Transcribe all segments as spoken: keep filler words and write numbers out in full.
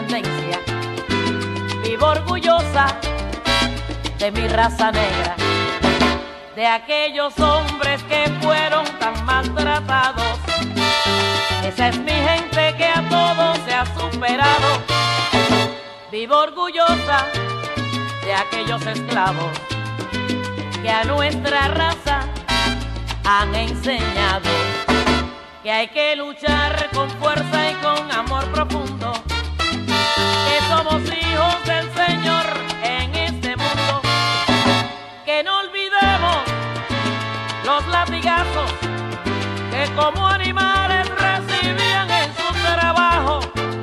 independencia. Vivo orgullosa de mi raza negra, de aquellos hombres que fueron tan maltratados. Esa es mi gente que a todos se ha superado. Vivo orgullosa de aquellos esclavos que a nuestra raza han enseñado que hay que luchar con fuerza y con amor profundo, que somos hijos del Señor en este mundo, que no olvidemos los latigazos que como animales recibían en su trabajo,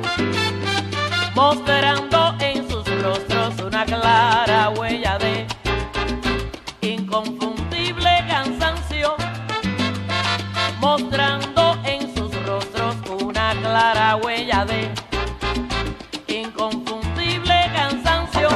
mostrando en sus rostros una clara huella de inconfundible cansancio, mostrando en sus rostros una clara huella de inconfundible cansancio.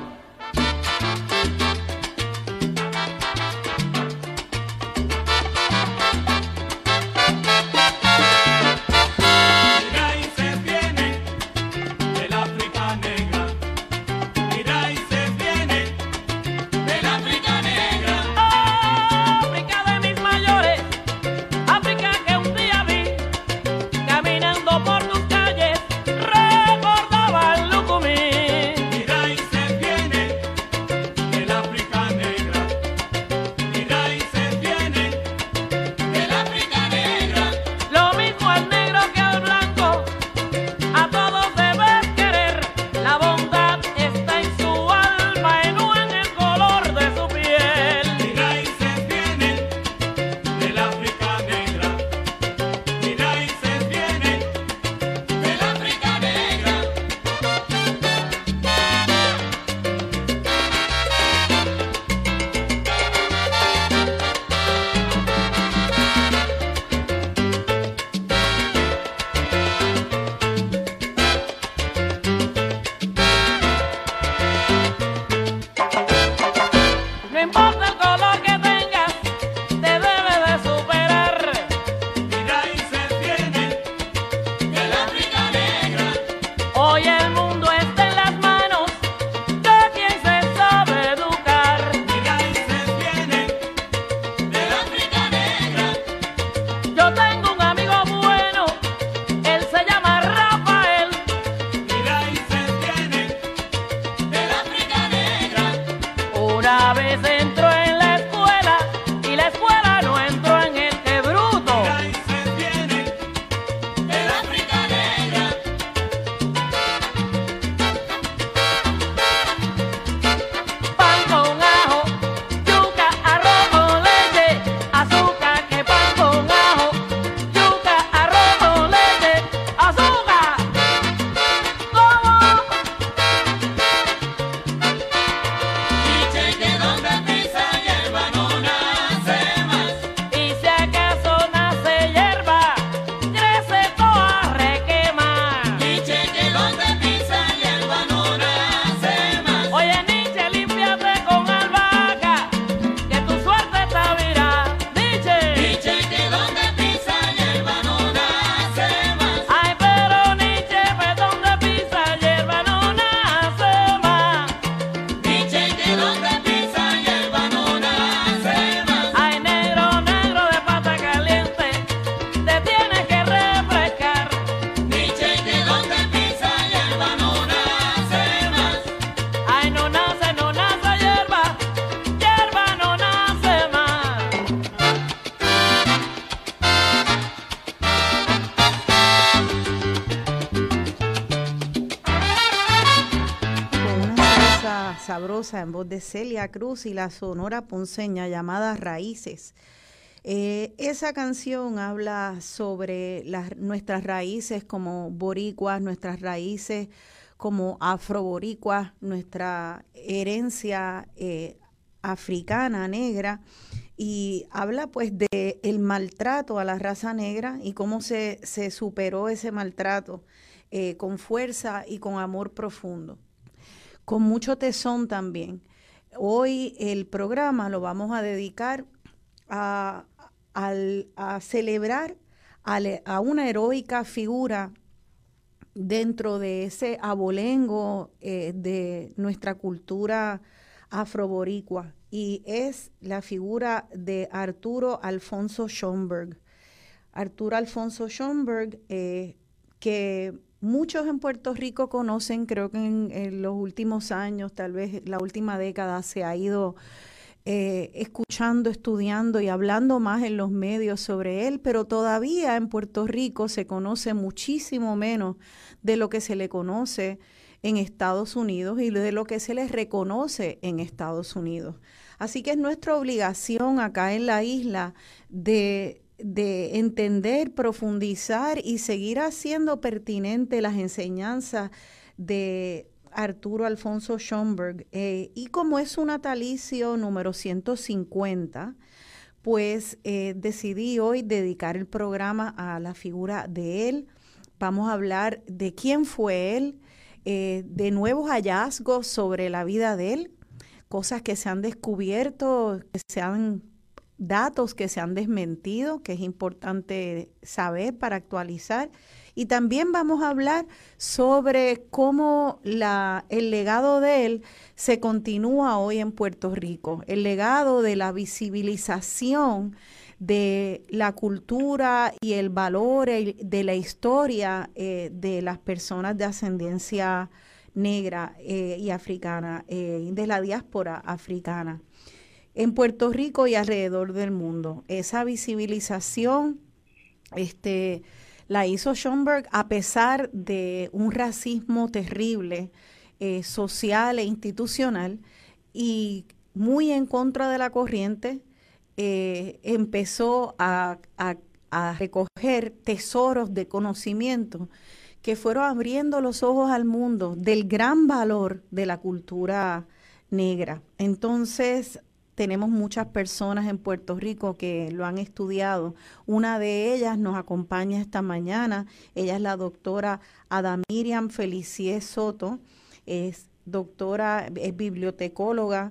Sabrosa en voz de Celia Cruz y la Sonora Ponceña llamada Raíces. Eh, esa canción habla sobre las, nuestras raíces como boricuas, nuestras raíces como afroboricuas, nuestra herencia eh, africana negra, y habla pues de el maltrato a la raza negra y cómo se, se superó ese maltrato eh, con fuerza y con amor profundo, con mucho tesón también. Hoy el programa lo vamos a dedicar a, a, a celebrar a, a una heroica figura dentro de ese abolengo eh, de nuestra cultura afroboricua, y es la figura de Arturo Alfonso Schomburg. Arturo Alfonso Schomburg, eh, que muchos en Puerto Rico conocen, creo que en, en los últimos años, tal vez la última década, se ha ido eh, escuchando, estudiando y hablando más en los medios sobre él, pero todavía en Puerto Rico se conoce muchísimo menos de lo que se le conoce en Estados Unidos y de lo que se les reconoce en Estados Unidos. Así que es nuestra obligación acá en la isla de, de entender, profundizar y seguir haciendo pertinente las enseñanzas de Arturo Alfonso Schomburg. Eh, y como es su natalicio número ciento cincuenta, pues eh, decidí hoy dedicar el programa a la figura de él. Vamos a hablar de quién fue él, eh, de nuevos hallazgos sobre la vida de él, cosas que se han descubierto, que se han, datos que se han desmentido, que es importante saber para actualizar. Y también vamos a hablar sobre cómo la, el legado de él se continúa hoy en Puerto Rico, el legado de la visibilización de la cultura y el valor de la historia eh, de las personas de ascendencia negra eh, y africana, eh, de la diáspora africana, en Puerto Rico y alrededor del mundo. Esa visibilización este, la hizo Schomburg a pesar de un racismo terrible, eh, social e institucional, y muy en contra de la corriente. Eh, empezó a, a, a recoger tesoros de conocimiento que fueron abriendo los ojos al mundo del gran valor de la cultura negra. Entonces, tenemos muchas personas en Puerto Rico que lo han estudiado. Una de ellas nos acompaña esta mañana. Ella es la doctora Adamiriam Felicie Soto. Es doctora, es bibliotecóloga,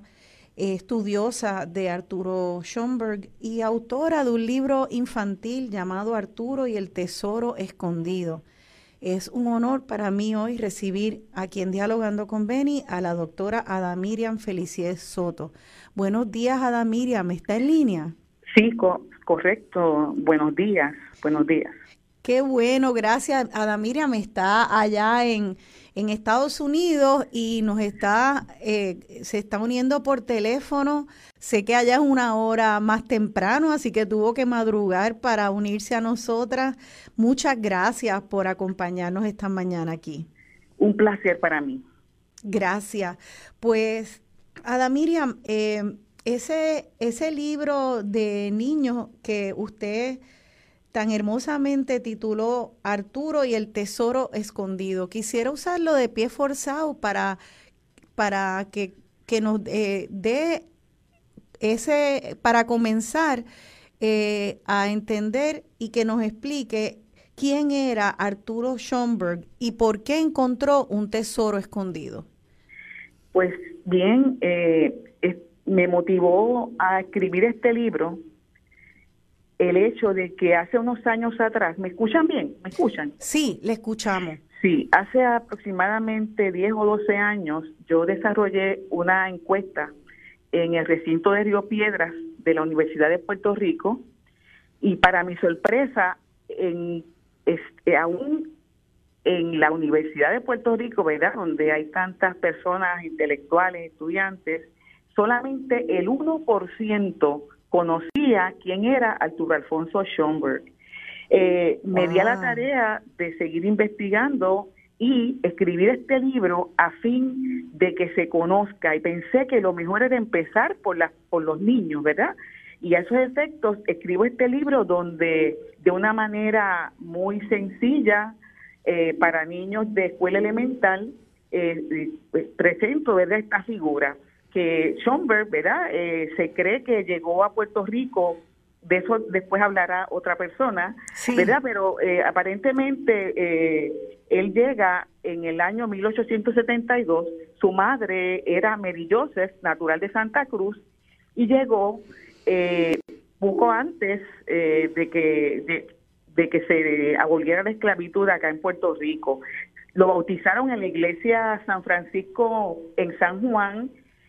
estudiosa de Arturo Schomburg y autora de un libro infantil llamado Arturo y el Tesoro Escondido. Es un honor para mí hoy recibir aquí en Dialogando con Beni a la doctora Adamiriam Felicie Soto. Buenos días, Adamiriam, ¿está en línea? Sí, co correcto. Buenos días, buenos días. Qué bueno, gracias. Adamiriam está allá en, en Estados Unidos y nos está, eh, se está uniendo por teléfono. Sé que allá es una hora más temprano, así que tuvo que madrugar para unirse a nosotras. Muchas gracias por acompañarnos esta mañana aquí. Un placer para mí. Gracias. Pues, Adamiriam, eh, ese, ese libro de niños que usted tan hermosamente tituló Arturo y el Tesoro Escondido, quisiera usarlo de pie forzado para, para que, que nos eh, dé ese, para comenzar eh, a entender y que nos explique quién era Arturo Schomburg y por qué encontró un tesoro escondido. Pues bien, eh, es, me motivó a escribir este libro el hecho de que hace unos años atrás, ¿me escuchan bien? ¿Me escuchan? Sí, le escuchamos. Sí, hace aproximadamente diez o doce años yo desarrollé una encuesta en el recinto de Río Piedras de la Universidad de Puerto Rico y para mi sorpresa, en, este, aún en la Universidad de Puerto Rico, ¿verdad?, donde hay tantas personas intelectuales, estudiantes, solamente el uno por ciento conocía quién era Arturo Alfonso Schomburg. Eh, wow. Me di a la tarea de seguir investigando y escribir este libro a fin de que se conozca, y pensé que lo mejor era empezar por, la, por los niños, ¿verdad? Y a esos efectos escribo este libro donde de una manera muy sencilla eh, para niños de escuela elemental eh, pues, presento, ¿verdad?, esta figura que Schomburg, ¿verdad?, eh, se cree que llegó a Puerto Rico, de eso después hablará otra persona, sí, ¿verdad?, pero eh, aparentemente eh, él llega en el año mil ochocientos setenta y dos, su madre era Mary Joseph, natural de Santa Cruz, y llegó eh, poco antes eh, de que de, de que se aboliera la esclavitud acá en Puerto Rico. lo bautizaron en la iglesia San Francisco en San Juan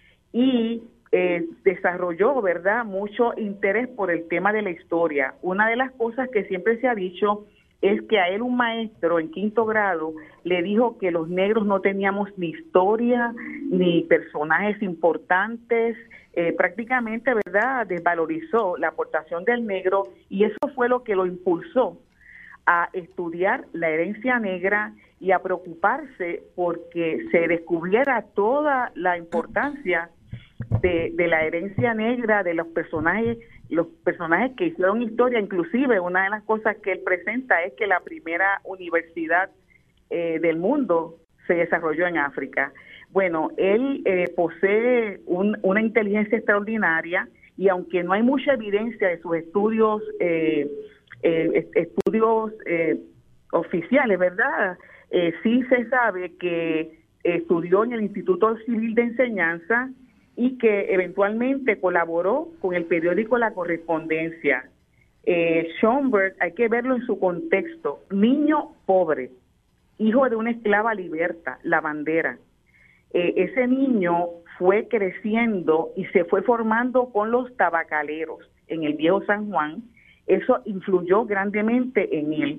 y eh, desarrolló, ¿verdad?, mucho interés por el tema de la historia. Una de las cosas que siempre se ha dicho es que a él un maestro en quinto grado le dijo que los negros no teníamos ni historia, ni personajes importantes, eh, prácticamente, ¿verdad?, desvalorizó la aportación del negro y eso fue lo que lo impulsó a estudiar la herencia negra y a preocuparse porque se descubriera toda la importancia de, de la herencia negra, de los personajes, los personajes que hicieron historia. Inclusive una de las cosas que él presenta es que la primera universidad eh, del mundo se desarrolló en África. Bueno, él eh, posee un, una inteligencia extraordinaria y aunque no hay mucha evidencia de sus estudios eh, eh, estudios eh, oficiales, ¿verdad? Eh, sí se sabe que estudió en el Instituto Civil de Enseñanza y que eventualmente colaboró con el periódico La Correspondencia. Eh, Schomburg, hay que verlo en su contexto, niño pobre, hijo de una esclava liberta, la bandera. Eh, ese niño fue creciendo y se fue formando con los tabacaleros en el viejo San Juan. Eso influyó grandemente en él.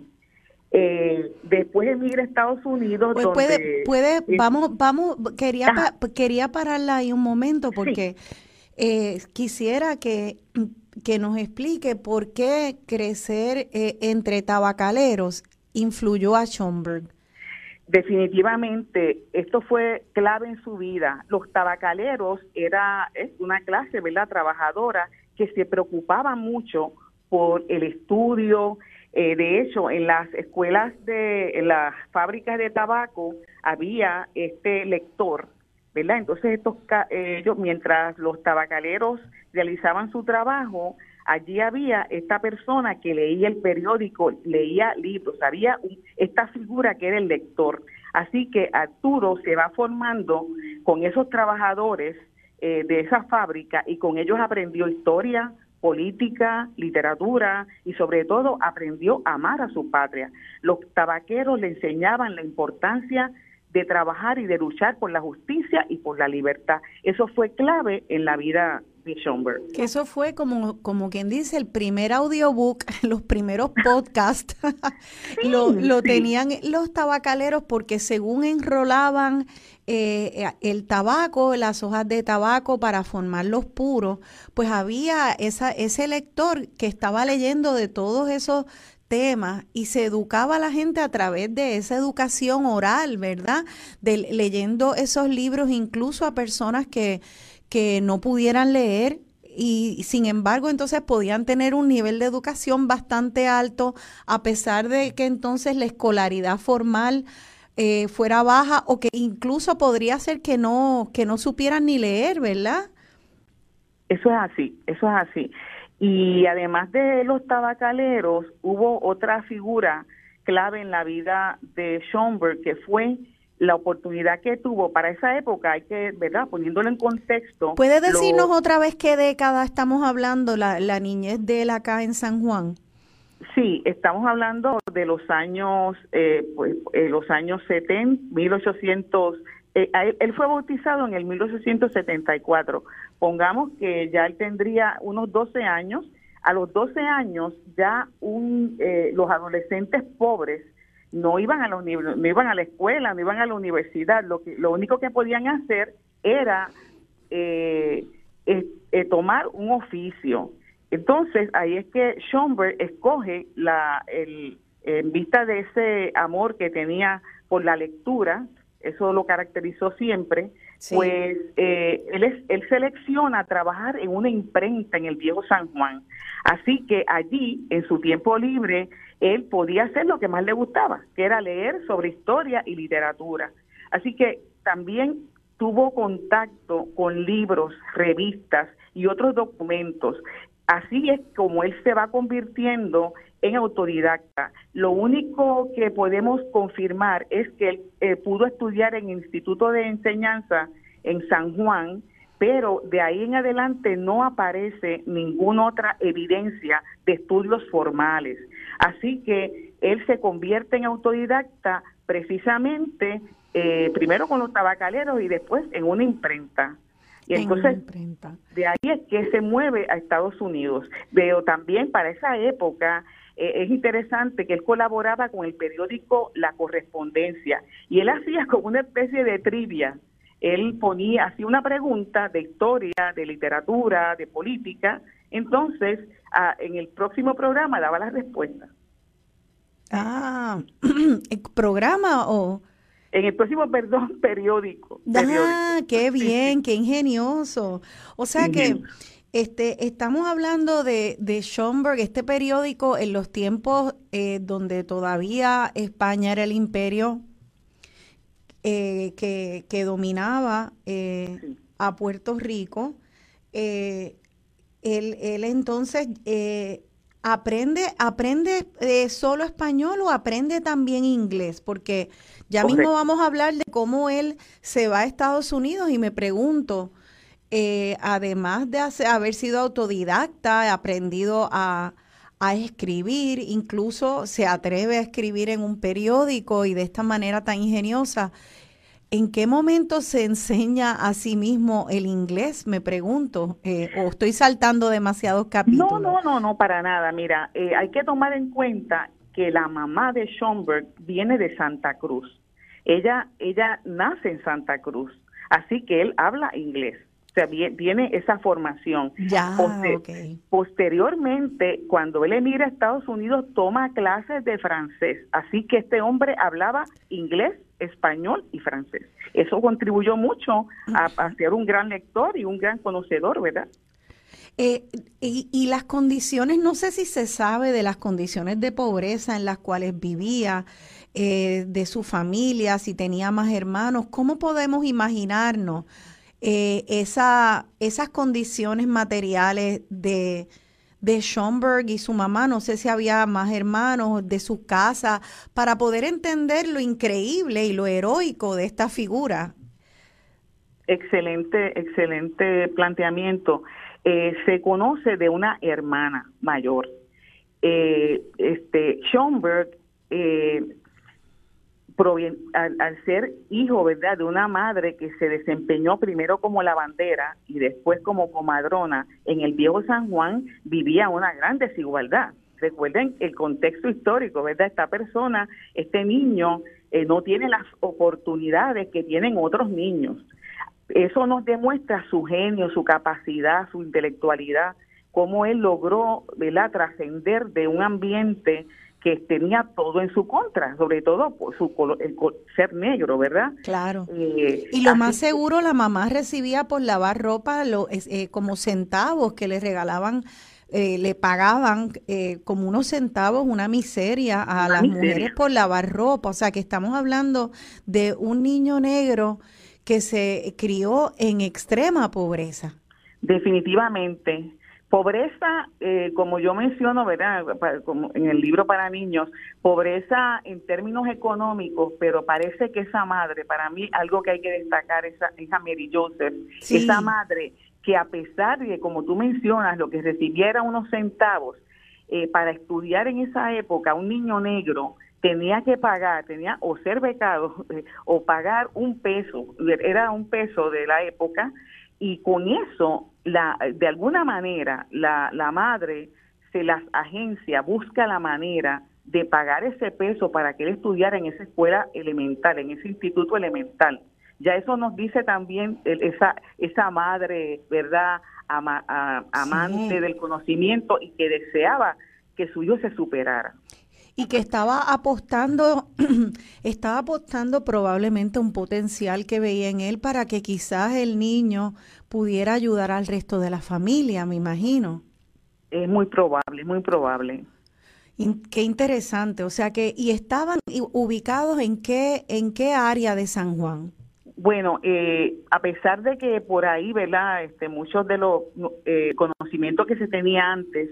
Eh, después emigra a Estados Unidos. Pues donde, puede, puede, eh, vamos, vamos, quería, pa, quería pararla ahí un momento porque sí. eh, quisiera que, que nos explique por qué crecer eh, entre tabacaleros influyó a Schomburg. Definitivamente, esto fue clave en su vida. Los tabacaleros era es una clase, ¿verdad?, trabajadora que se preocupaba mucho por el estudio. Eh, de hecho, en las escuelas de, en las fábricas de tabaco había este lector, ¿verdad? Entonces, estos eh, ellos, mientras los tabacaleros realizaban su trabajo, allí había esta persona que leía el periódico, leía libros, había un, esta figura que era el lector. Así que Arturo se va formando con esos trabajadores eh, de esa fábrica y con ellos aprendió historia, política, literatura y sobre todo aprendió a amar a su patria. Los tabaqueros le enseñaban la importancia de trabajar y de luchar por la justicia y por la libertad. Eso fue clave en la vida de Schomburg. Que eso fue como, como quien dice, el primer audiobook, los primeros podcasts, sí, lo, lo sí. tenían los tabacaleros porque según enrolaban eh, el tabaco, las hojas de tabaco para formar los puros, pues había esa, ese lector que estaba leyendo de todos esos temas y se educaba a la gente a través de esa educación oral, ¿verdad? De, leyendo esos libros incluso a personas que, que no pudieran leer y sin embargo entonces podían tener un nivel de educación bastante alto a pesar de que entonces la escolaridad formal eh, fuera baja o que incluso podría ser que no, que no supieran ni leer, ¿verdad? Eso es así, eso es así. Y además de los tabacaleros, hubo otra figura clave en la vida de Schomburg, que fue la oportunidad que tuvo para esa época, hay que, ¿verdad?, poniéndolo en contexto. ¿Puede decirnos lo, otra vez qué década estamos hablando, la, la niñez de él acá en San Juan? Sí, estamos hablando de los años, eh, pues, eh, los años setenta, mil ochocientos. Eh, él, él fue bautizado en el mil ochocientos setenta y cuatro. Pongamos que ya él tendría unos doce años. A los doce años ya un, eh, los adolescentes pobres no iban a la uni- no iban a la escuela, no iban a la universidad. Lo que lo único que podían hacer era eh, eh, eh, tomar un oficio. Entonces ahí es que Schomburg escoge la el en vista de ese amor que tenía por la lectura. Eso lo caracterizó siempre, sí. pues eh, él, es, él selecciona trabajar en una imprenta en el viejo San Juan. Así que allí, en su tiempo libre, él podía hacer lo que más le gustaba, que era leer sobre historia y literatura. Así que también tuvo contacto con libros, revistas y otros documentos. Así es como él se va convirtiendo en autodidacta. Lo único que podemos confirmar es que él eh, pudo estudiar en el Instituto de Enseñanza en San Juan, pero de ahí en adelante no aparece ninguna otra evidencia de estudios formales. Así que él se convierte en autodidacta precisamente eh, primero con los tabacaleros y después en una imprenta. Y entonces, de ahí es que se mueve a Estados Unidos. Pero también para esa época eh, es interesante que él colaboraba con el periódico La Correspondencia y él hacía como una especie de trivia. Él ponía, hacía una pregunta de historia, de literatura, de política. Entonces, ah, en el próximo programa daba la respuesta. Ah, ¿el programa o...? En el próximo, perdón, periódico. Ah, periódico. qué bien, qué ingenioso. O sea que este, estamos hablando de, de Schomburg, este periódico en los tiempos eh, donde todavía España era el imperio eh, que, que dominaba eh, sí. a Puerto Rico. Eh, él, él entonces... Eh, ¿Aprende, aprende eh, solo español o aprende también inglés? Porque ya Correcto. mismo vamos a hablar de cómo él se va a Estados Unidos y me pregunto, eh, además de hacer, haber sido autodidacta, aprendido a, a escribir, incluso se atreve a escribir en un periódico y de esta manera tan ingeniosa, ¿en qué momento se enseña a sí mismo el inglés? Me pregunto, eh, o estoy saltando demasiados capítulos. No, no, no, no, para nada. Mira, eh, hay que tomar en cuenta que la mamá de Schomburg viene de Santa Cruz. Ella, ella nace en Santa Cruz, así que él habla inglés. O sea, viene esa formación. Ya, Poster okay. Posteriormente, cuando él emigra a Estados Unidos, toma clases de francés. Así que este hombre hablaba inglés, español y francés. Eso contribuyó mucho a, a ser un gran lector y un gran conocedor, ¿verdad? Eh, y, y las condiciones, no sé si se sabe de las condiciones de pobreza en las cuales vivía, eh, de su familia, si tenía más hermanos. ¿Cómo podemos imaginarnos eh, esa, esas condiciones materiales de... de Schomburg y su mamá? No sé si había más hermanos, de su casa, para poder entender lo increíble y lo heroico de esta figura. Excelente, excelente planteamiento. Eh, se conoce de una hermana mayor. Eh, este Schomburg, eh, Al, al ser hijo, ¿verdad?, de una madre que se desempeñó primero como lavandera y después como comadrona en el viejo San Juan, vivía una gran desigualdad. Recuerden el contexto histórico, ¿verdad? Esta persona, este niño, eh, no tiene las oportunidades que tienen otros niños. Eso nos demuestra su genio, su capacidad, su intelectualidad, cómo él logró, ¿verdad?, trascender de un ambiente que tenía todo en su contra, sobre todo por su color, el ser negro, ¿verdad? Claro. Eh, y lo más seguro, la mamá recibía por lavar ropa lo, eh, como centavos que le regalaban, eh, le pagaban eh, como unos centavos, una miseria a una las miseria. mujeres por lavar ropa. O sea, que estamos hablando de un niño negro que se crió en extrema pobreza. Definitivamente. Pobreza, eh, como yo menciono, ¿verdad?, como en el libro para niños, pobreza en términos económicos, pero parece que esa madre, para mí algo que hay que destacar es a, es a Mary Joseph, sí. Esa madre que a pesar de, como tú mencionas, lo que recibiera unos centavos eh, para estudiar en esa época, un niño negro tenía que pagar, tenía o ser becado eh, o pagar un peso, era un peso de la época, y con eso, la, de alguna manera, la, la madre se las agencia, busca la manera de pagar ese peso para que él estudiara en esa escuela elemental, en ese instituto elemental. Ya eso nos dice también el, esa esa madre, ¿verdad?, Ama, a, amante sí. del conocimiento y que deseaba que su hijo se superara. Y que estaba apostando, estaba apostando probablemente un potencial que veía en él para que quizás el niño pudiera ayudar al resto de la familia, me imagino. Es muy probable, muy probable. Y, qué interesante, o sea que, ¿y estaban ubicados en qué, en qué área de San Juan? Bueno, eh, a pesar de que por ahí, ¿verdad?, este, muchos de los eh, conocimientos que se tenía antes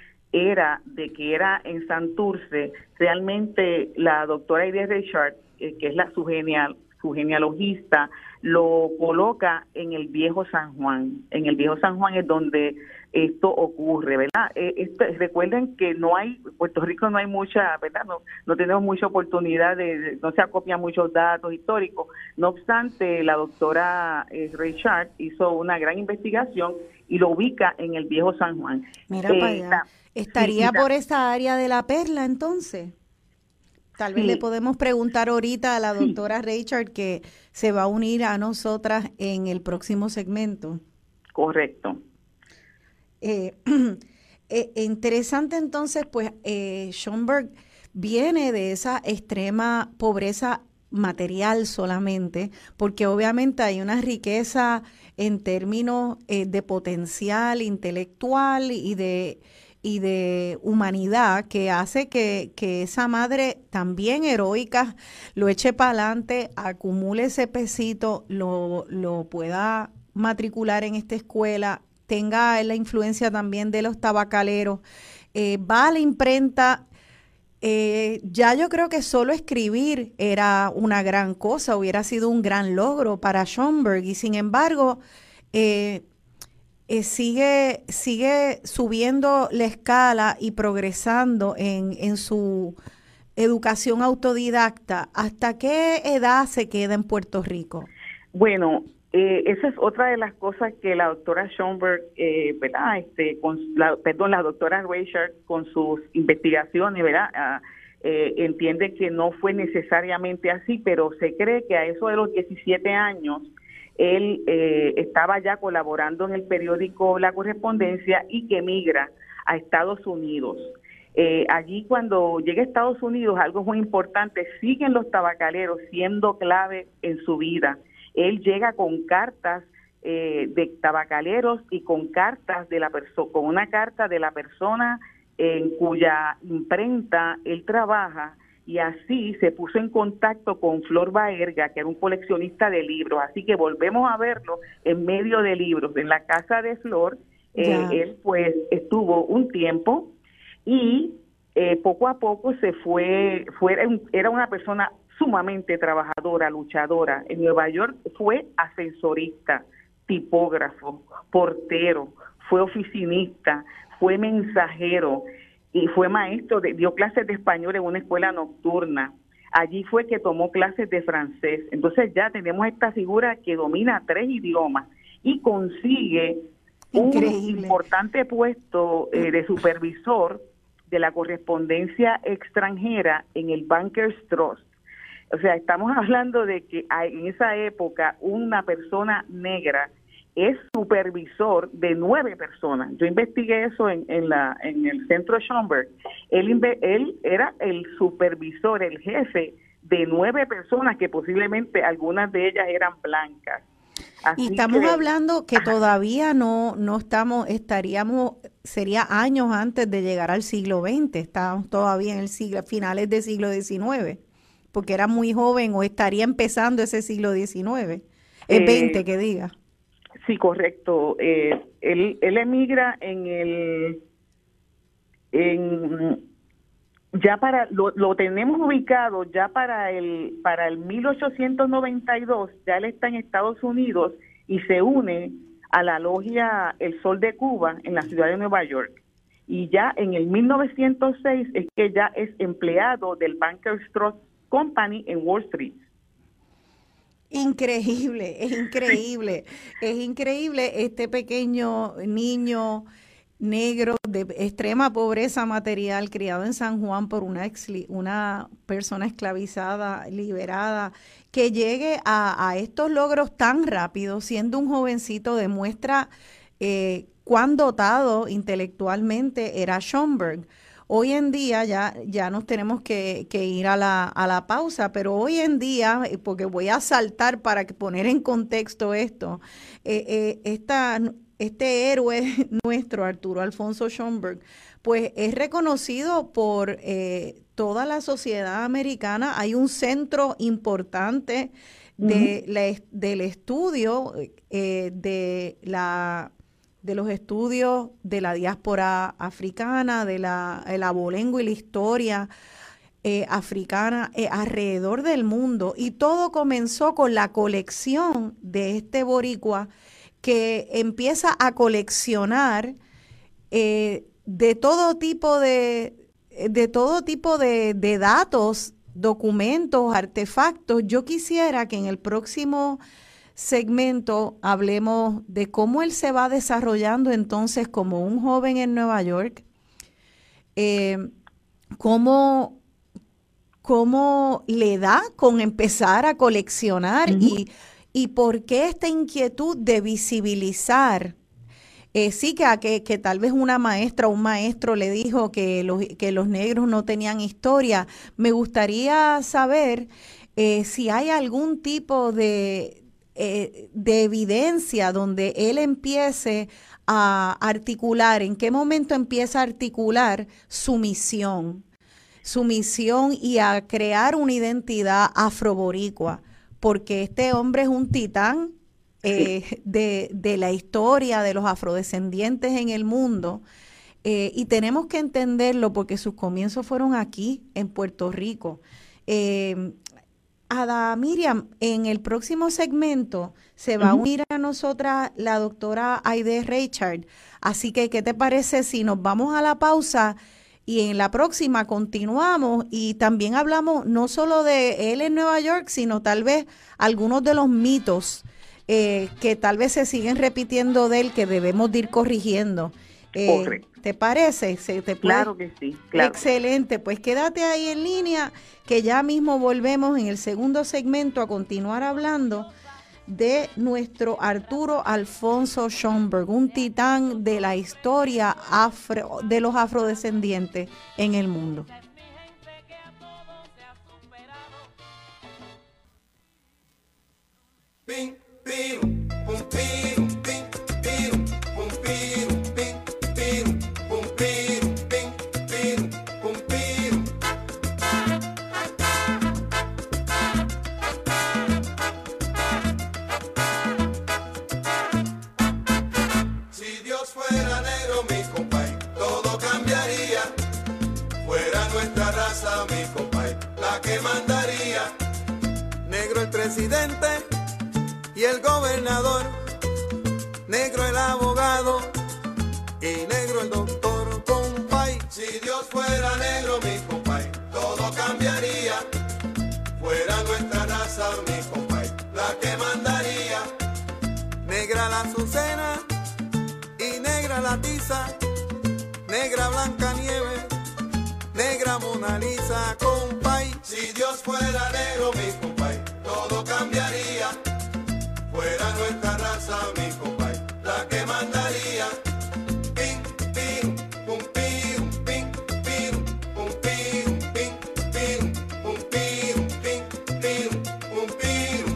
era de que era en Santurce, realmente la doctora Edith Richard, eh, que es la su, geneal, su genealogista, lo coloca en el viejo San Juan. En el viejo San Juan es donde esto ocurre, ¿verdad? Eh, esto, recuerden que no hay, Puerto Rico no hay mucha, ¿verdad? No, no tenemos mucha oportunidad, de, de no se acopian muchos datos históricos. No obstante, la doctora eh, Richard hizo una gran investigación y lo ubica en el viejo San Juan. Mira eh, para allá. ¿Estaría sí, por esa área de la Perla entonces? Tal vez sí. Le podemos preguntar ahorita a la doctora sí. Richard, que se va a unir a nosotras en el próximo segmento. Correcto. Eh, eh, interesante entonces, pues eh, Schomburg viene de esa extrema pobreza material solamente, porque obviamente hay una riqueza en términos eh, de potencial intelectual y de y de humanidad que hace que, que esa madre también heroica lo eche para adelante, acumule ese pesito, lo, lo pueda matricular en esta escuela, tenga la influencia también de los tabacaleros, eh, va a la imprenta. Eh, ya yo creo que solo escribir era una gran cosa, hubiera sido un gran logro para Schomburg, y sin embargo, eh, Eh, sigue, sigue subiendo la escala y progresando en, en su educación autodidacta. ¿Hasta qué edad se queda en Puerto Rico? Bueno, eh, esa es otra de las cosas que la doctora Schomburg, eh, ¿verdad? Este, con la, perdón, la doctora Richard, con sus investigaciones, ¿verdad? Ah, eh, entiende que no fue necesariamente así, pero se cree que a eso de los diecisiete años, él eh, estaba ya colaborando en el periódico La Correspondencia y que emigra a Estados Unidos. Eh, allí cuando llega a Estados Unidos, algo muy importante, siguen los tabacaleros siendo clave en su vida. Él llega con cartas eh, de tabacaleros y con cartas de la persona, con una carta de la persona en cuya imprenta él trabaja, y así se puso en contacto con Flor Baerga, que era un coleccionista de libros. Así que volvemos a verlo en medio de libros. En la casa de Flor, eh, él pues estuvo un tiempo y eh, poco a poco se fue, fue, era una persona sumamente trabajadora, luchadora. En Nueva York fue ascensorista, tipógrafo, portero, fue oficinista, fue mensajero, y fue maestro, de, dio clases de español en una escuela nocturna. Allí fue que tomó clases de francés. Entonces ya tenemos esta figura que domina tres idiomas y consigue Increíble. un importante puesto eh, de supervisor de la correspondencia extranjera en el Bankers Trust. O sea, estamos hablando de que hay, en esa época una persona negra es supervisor de nueve personas. Yo investigué eso en, en la en el centro Schomburg. Él, él era el supervisor, el jefe de nueve personas que posiblemente algunas de ellas eran blancas. Así y estamos que, hablando que todavía no no estamos, estaríamos, sería años antes de llegar al siglo veinte. Estamos todavía en el siglo, finales del siglo diecinueve, porque era muy joven o estaría empezando ese siglo diecinueve. Es eh, veinte que diga. Sí, correcto. Eh, él, él emigra en el, en, ya para, lo, lo tenemos ubicado ya para el, para el mil ochocientos noventa y dos, ya él está en Estados Unidos y se une a la logia El Sol de Cuba en la ciudad de Nueva York. Y ya en el mil novecientos seis es que ya es empleado del Bankers Trust Company en Wall Street. Increíble, es increíble, es increíble este pequeño niño negro de extrema pobreza material criado en San Juan por una, ex, una persona esclavizada, liberada, que llegue a, a estos logros tan rápido, siendo un jovencito, demuestra eh, cuán dotado intelectualmente era Schomburg. Hoy en día ya, ya nos tenemos que, que ir a la, a la pausa, pero hoy en día, porque voy a saltar para poner en contexto esto, eh, eh, esta, este héroe nuestro, Arturo Alfonso Schomburg, pues es reconocido por eh, toda la sociedad americana. Hay un centro importante de, uh-huh. la, del estudio eh, de la... de los estudios de la diáspora africana, de la, el abolengo y la historia eh, africana eh, alrededor del mundo. Y todo comenzó con la colección de este boricua que empieza a coleccionar eh, de todo tipo de, de todo tipo de, de datos, documentos, artefactos. Yo quisiera que en el próximo segmento hablemos de cómo él se va desarrollando entonces como un joven en Nueva York, eh, cómo, cómo le da con empezar a coleccionar uh-huh. y, y por qué esta inquietud de visibilizar. Eh, sí, que, que, que tal vez una maestra o un maestro le dijo que los, que los negros no tenían historia. Me gustaría saber eh, si hay algún tipo de, eh, de evidencia donde él empiece a articular, en qué momento empieza a articular su misión, su misión y a crear una identidad afroboricua, porque este hombre es un titán. Eh, de, de la historia de los afrodescendientes en el mundo, eh, y tenemos que entenderlo porque sus comienzos fueron aquí, en Puerto Rico. Eh, Ada Miriam, en el próximo segmento se va uh-huh. a unir a nosotras la doctora Aide Richard, así que ¿qué te parece si nos vamos a la pausa y en la próxima continuamos y también hablamos no solo de él en Nueva York, sino tal vez algunos de los mitos Eh, que tal vez se siguen repitiendo de él, que debemos de ir corrigiendo. Eh, ¿Te parece? ¿Se te puede? Claro que sí. Claro. Excelente, pues quédate ahí en línea, que ya mismo volvemos en el segundo segmento a continuar hablando de nuestro Arturo Alfonso Schomburg, un titán de la historia afro, de los afrodescendientes en el mundo. Ping. Pim, pum, pim, pim, pim, pum, pim, pim, pim, pum, pim, pim, pim, pum, pim. Si Dios fuera negro, mi compay, todo cambiaría. Fuera nuestra raza, mi compay, la que mandaría. Negro el presidente y el gobernador, negro el abogado y negro el doctor, compay. Si Dios fuera negro, mi compay, todo cambiaría. Fuera nuestra raza, mi compay, la que mandaría. Negra la Azucena y negra la Tiza, negra Blanca Nieve, negra Mona Lisa, compay. Si Dios fuera negro, mi compay, todo cambiaría. Fuera nuestra raza, mi compay, la que mandaría. Pim, pim, pum, pim, pim, pim, pum, pim, pim, pim, pum, pim, pim, pim, pum, pim.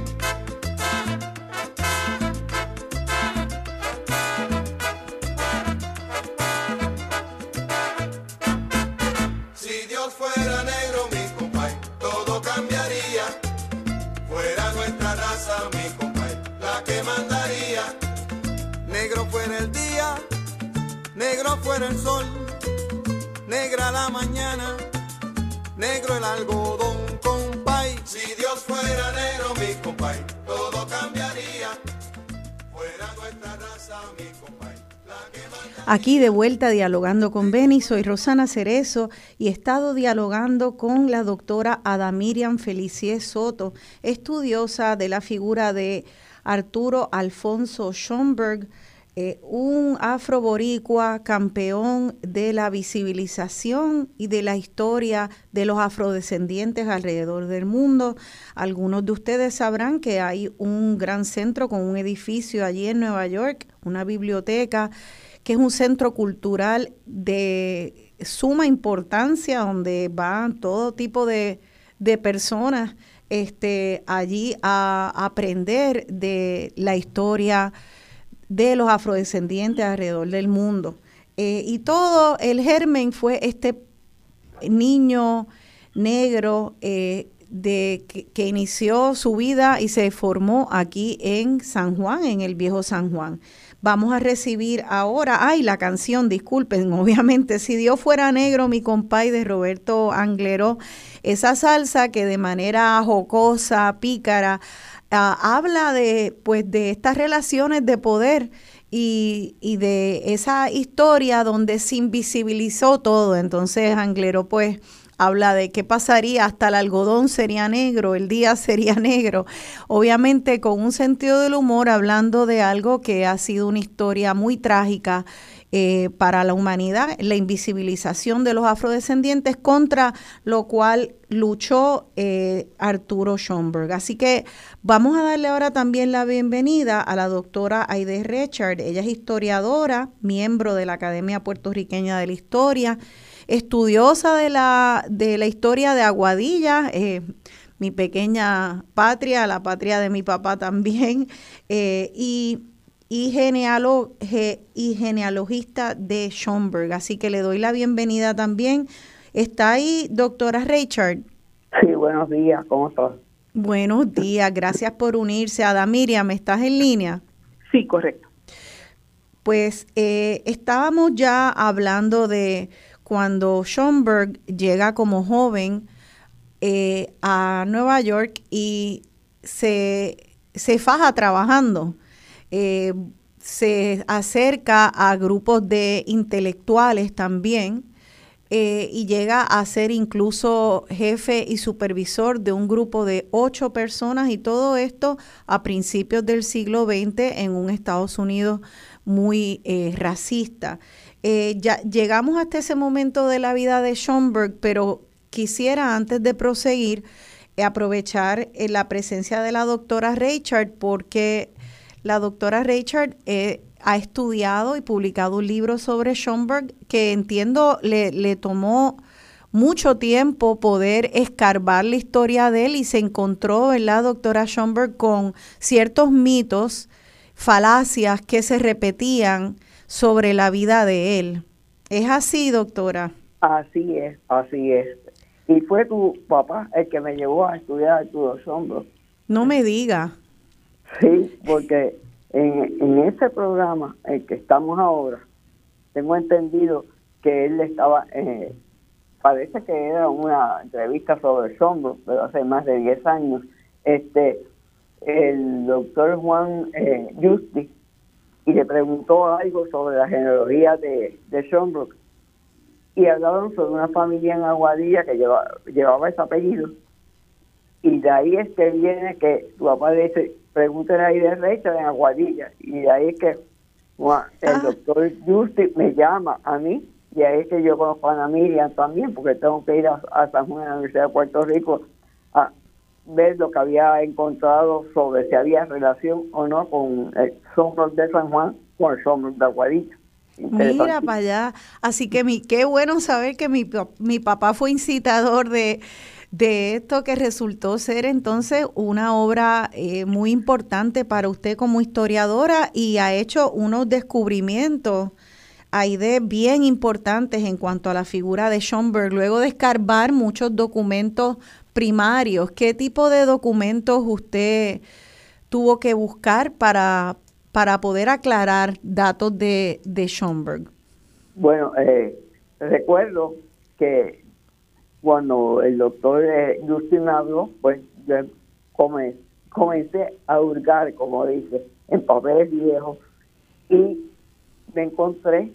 Si Dios fuera negro, mi compay, todo cambiaría. Fuera nuestra raza, mi compay, la que mandaría. Negro fuera el día, negro fuera el sol, negra la mañana, negro el algodón, compay. Si Dios fuera negro, mi compay, todo cambiaría. Fuera nuestra raza, mi compay, la que mandaría. Aquí de vuelta dialogando con Beni, soy Rosana Cerezo y he estado dialogando con la doctora Ada Miriam Felicie Soto, estudiosa de la figura de Arturo Alfonso Schomburg, eh, un afroboricua campeón de la visibilización y de la historia de los afrodescendientes alrededor del mundo. Algunos de ustedes sabrán que hay un gran centro con un edificio allí en Nueva York, una biblioteca, que es un centro cultural de suma importancia, donde van todo tipo de, de personas Este, allí a aprender de la historia de los afrodescendientes alrededor del mundo. Eh, y todo el germen fue este niño negro eh, de, que, que inició su vida y se formó aquí en San Juan, en el viejo San Juan. Vamos a recibir ahora, ay, la canción, disculpen, obviamente, Si Dios fuera negro, mi compay, de Roberto Angleró, esa salsa que de manera jocosa, pícara, uh, habla de, pues, de estas relaciones de poder y, y de esa historia donde se invisibilizó todo. Entonces Anglero pues habla de qué pasaría, hasta el algodón sería negro, el día sería negro, obviamente con un sentido del humor, hablando de algo que ha sido una historia muy trágica eh, para la humanidad, la invisibilización de los afrodescendientes, contra lo cual luchó eh, Arturo Schomburg. Así que vamos a darle ahora también la bienvenida a la doctora Aide Richard. Ella es historiadora, miembro de la Academia Puertorriqueña de la Historia, estudiosa de la, de la historia de Aguadilla, eh, mi pequeña patria, la patria de mi papá también, eh, y, y, genealo, ge, y genealogista de Schomburg. Así que le doy la bienvenida también. ¿Está ahí, doctora Richard? Sí, buenos días, ¿cómo estás? Buenos días, gracias por unirse. Ada Miriam, ¿estás en línea? Sí, correcto. Pues eh, estábamos ya hablando de cuando Schomburg llega como joven eh, a Nueva York y se, se faja trabajando. Eh, se acerca a grupos de intelectuales también eh, y llega a ser incluso jefe y supervisor de un grupo de ocho personas, y todo esto a principios del siglo veinte en un Estados Unidos muy eh, racista. Eh, ya llegamos hasta ese momento de la vida de Schomburg, pero quisiera, antes de proseguir, eh, aprovechar eh, la presencia de la doctora Richard, porque la doctora Richard eh, ha estudiado y publicado un libro sobre Schomburg que entiendo le, le tomó mucho tiempo poder escarbar la historia de él, y se encontró, ¿verdad, doctora Schomburg, con ciertos mitos, falacias que se repetían sobre la vida de él. ¿Es así, doctora? Así es, así es. Y fue tu papá el que me llevó a estudiar Arturo Schomburg. No me diga. Sí, porque en, en ese programa, el que estamos ahora, tengo entendido que él estaba, eh, parece que era una entrevista sobre Schomburg, pero hace más de diez años, este, el doctor Juan eh, Justi, y le preguntó algo sobre la genealogía de, de Schomburg, y hablaron sobre una familia en Aguadilla que lleva, llevaba ese apellido, y de ahí es que viene que tu papá le dice, pregúntale ahí de Richard en Aguadilla, y de ahí es que bueno, el ah. doctor Justi me llama a mí, y ahí es que yo conozco a Ana Miriam también, porque tengo que ir a, a San Juan, a la Universidad de Puerto Rico, a ver lo que había encontrado sobre si había relación o no con el Schomburg de San Juan con el Schomburg de Aguadilla. Mira para allá. Así que mi, qué bueno saber que mi, mi papá fue incitador de, de esto, que resultó ser entonces una obra eh, muy importante para usted como historiadora, y ha hecho unos descubrimientos ahí de bien importantes en cuanto a la figura de Schomburg, luego de escarbar muchos documentos primarios. ¿Qué tipo de documentos usted tuvo que buscar para, para poder aclarar datos de, de Schomburg? Bueno, eh, recuerdo que cuando el doctor eh, Justin me habló, pues yo comencé, comencé a hurgar, como dice, en papeles viejos, y me encontré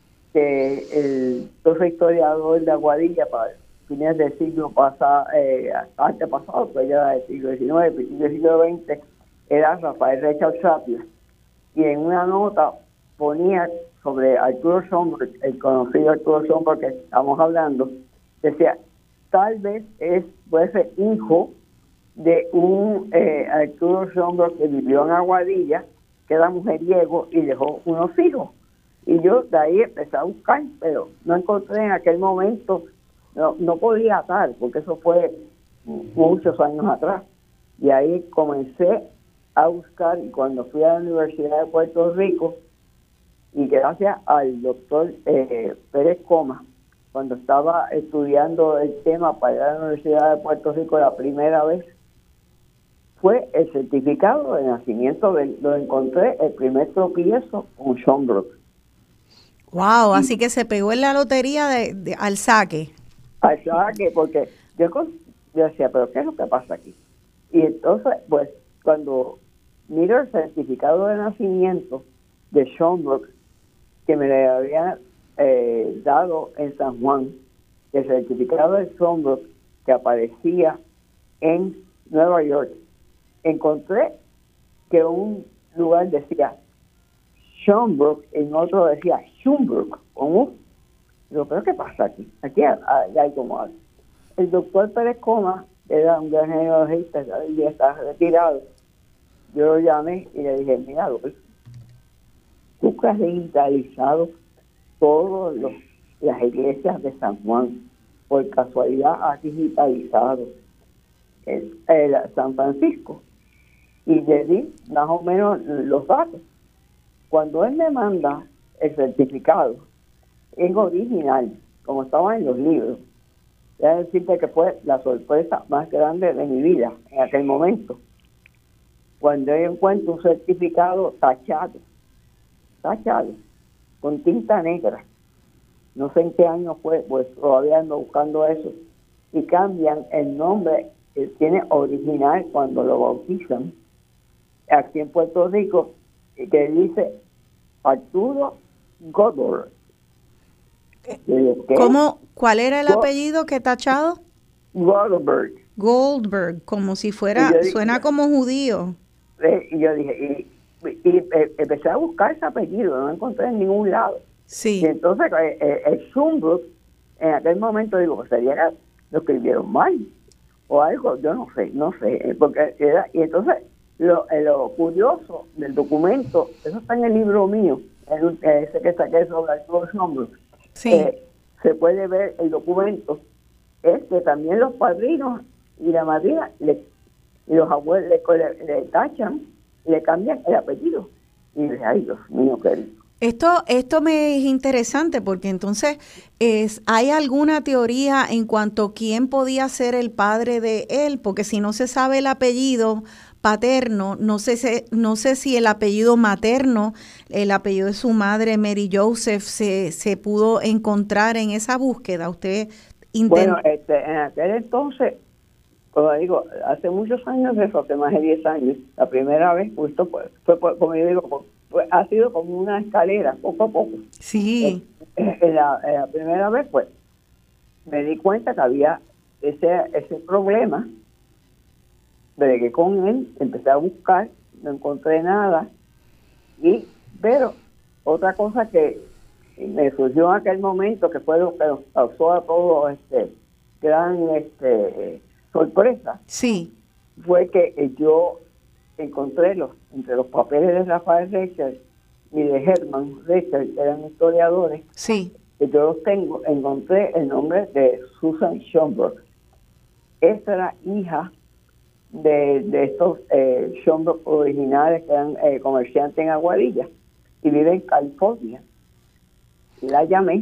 que el todo historiador de Aguadilla para fines del siglo pasado, eh, antepasado, pues ya del siglo diecinueve, principios del siglo veinte, era Rafael Richard Sapia, y en una nota ponía sobre Arturo Schomburg, el conocido Arturo Schomburg que estamos hablando, decía, tal vez es puede ser hijo de un eh, Arturo Schomburg que vivió en Aguadilla, que era mujeriego y dejó unos hijos. Y yo de ahí empecé a buscar, pero no encontré en aquel momento, no, no podía atar, porque eso fue muchos años atrás. Y ahí comencé a buscar, y cuando fui a la Universidad de Puerto Rico, y gracias al doctor eh, Pérez Coma, cuando estaba estudiando el tema para ir a la Universidad de Puerto Rico la primera vez, fue el certificado de nacimiento, de, lo encontré, el primer tropiezo con Schomburg. Wow, así que se pegó en la lotería de, de al saque. Al saque, porque yo, yo decía, pero ¿qué es lo que pasa aquí? Y entonces, pues, cuando miro el certificado de nacimiento de Schomburg, que me le habían eh, dado en San Juan, el certificado de Schomburg que aparecía en Nueva York, encontré que un lugar decía Schomburg, en otro decía Schomburg, ¿cómo? Yo, ¿pero qué pasa aquí? Aquí hay, hay como algo. El doctor Pérez Coma era un gran genealogista, ya está retirado. Yo lo llamé y le dije, mira, doctor, tú que has digitalizado todas las iglesias de San Juan, por casualidad has digitalizado el, el San Francisco. Y le di más o menos los datos. Cuando él me manda el certificado, en original, como estaba en los libros, voy a decirte que fue la sorpresa más grande de mi vida en aquel momento. Cuando yo encuentro un certificado tachado, tachado, con tinta negra, no sé en qué año fue, pues todavía ando buscando eso, y cambian el nombre que tiene original cuando lo bautizan, aquí en Puerto Rico, que dice Arturo Goddard. ¿Cómo, ¿Cuál era el Go- apellido que tachado? Goldberg. Goldberg, como si fuera, Y yo dije- suena como judío. Eh, y yo dije, y, y, y, eh, empecé a buscar ese apellido, no lo encontré en ningún lado. Sí. Y entonces eh, eh, el Schomburg, en aquel momento digo, pues sería que lo escribieron mal o algo, yo no sé, no sé, eh, porque era, y entonces lo, eh, lo curioso del documento, eso está en el libro mío, el, ese que saqué sobre el Schomburg, Sí. eh, se puede ver el documento, es que también los padrinos y la madrina le, y los abuelos le, le, le tachan y le cambian el apellido. Y dije, ay Dios mío, querido. Esto, esto me es interesante porque entonces es, ¿hay alguna teoría en cuanto a quién podía ser el padre de él? Porque si no se sabe el apellido paterno, no sé, se, no sé si el apellido materno, el apellido de su madre, Mary Joseph, se, se pudo encontrar en esa búsqueda. Usted intentó... Bueno, este, en aquel entonces, como digo, hace muchos años, eso, hace más de diez años, la primera vez, pues, esto fue, fue, fue, como yo digo, fue, fue, ha sido como una escalera, poco a poco. Sí. En, en, la, en la primera vez, pues, me di cuenta que había ese, ese problema. Bregué con él, empecé a buscar, no encontré nada. Y, pero, otra cosa que me surgió en aquel momento, que fue lo que nos causó a todos este, gran este, sorpresa, Sí. fue que eh, yo encontré los, entre los papeles de Rafael Reichert y de Hermann Reichert, que eran historiadores, Sí. que yo los tengo, encontré el nombre de Susan Schomburg. Esta era hija de, de estos eh, Schomburg originales que eran eh, comerciantes en Aguadilla y vive en California. Y la llamé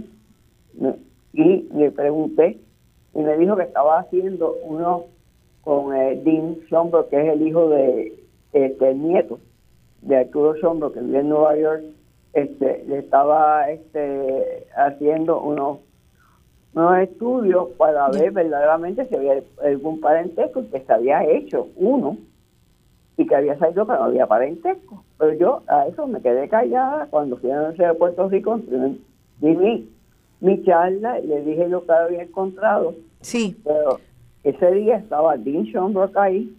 y le pregunté y me dijo que estaba haciendo uno con eh, Dean Schomburg, que es el hijo de este el nieto de Arturo Schomburg, que vive en Nueva York. Este, le estaba este, haciendo unos, unos estudios para ver verdaderamente si había algún parentesco, que se había hecho uno y que había salido que no había parentesco. Pero yo a eso me quedé callada cuando fui a la Universidad de Puerto Rico, di mi, mi charla y le dije lo que había encontrado. Sí. Pero ese día estaba Dean Schomburg ahí,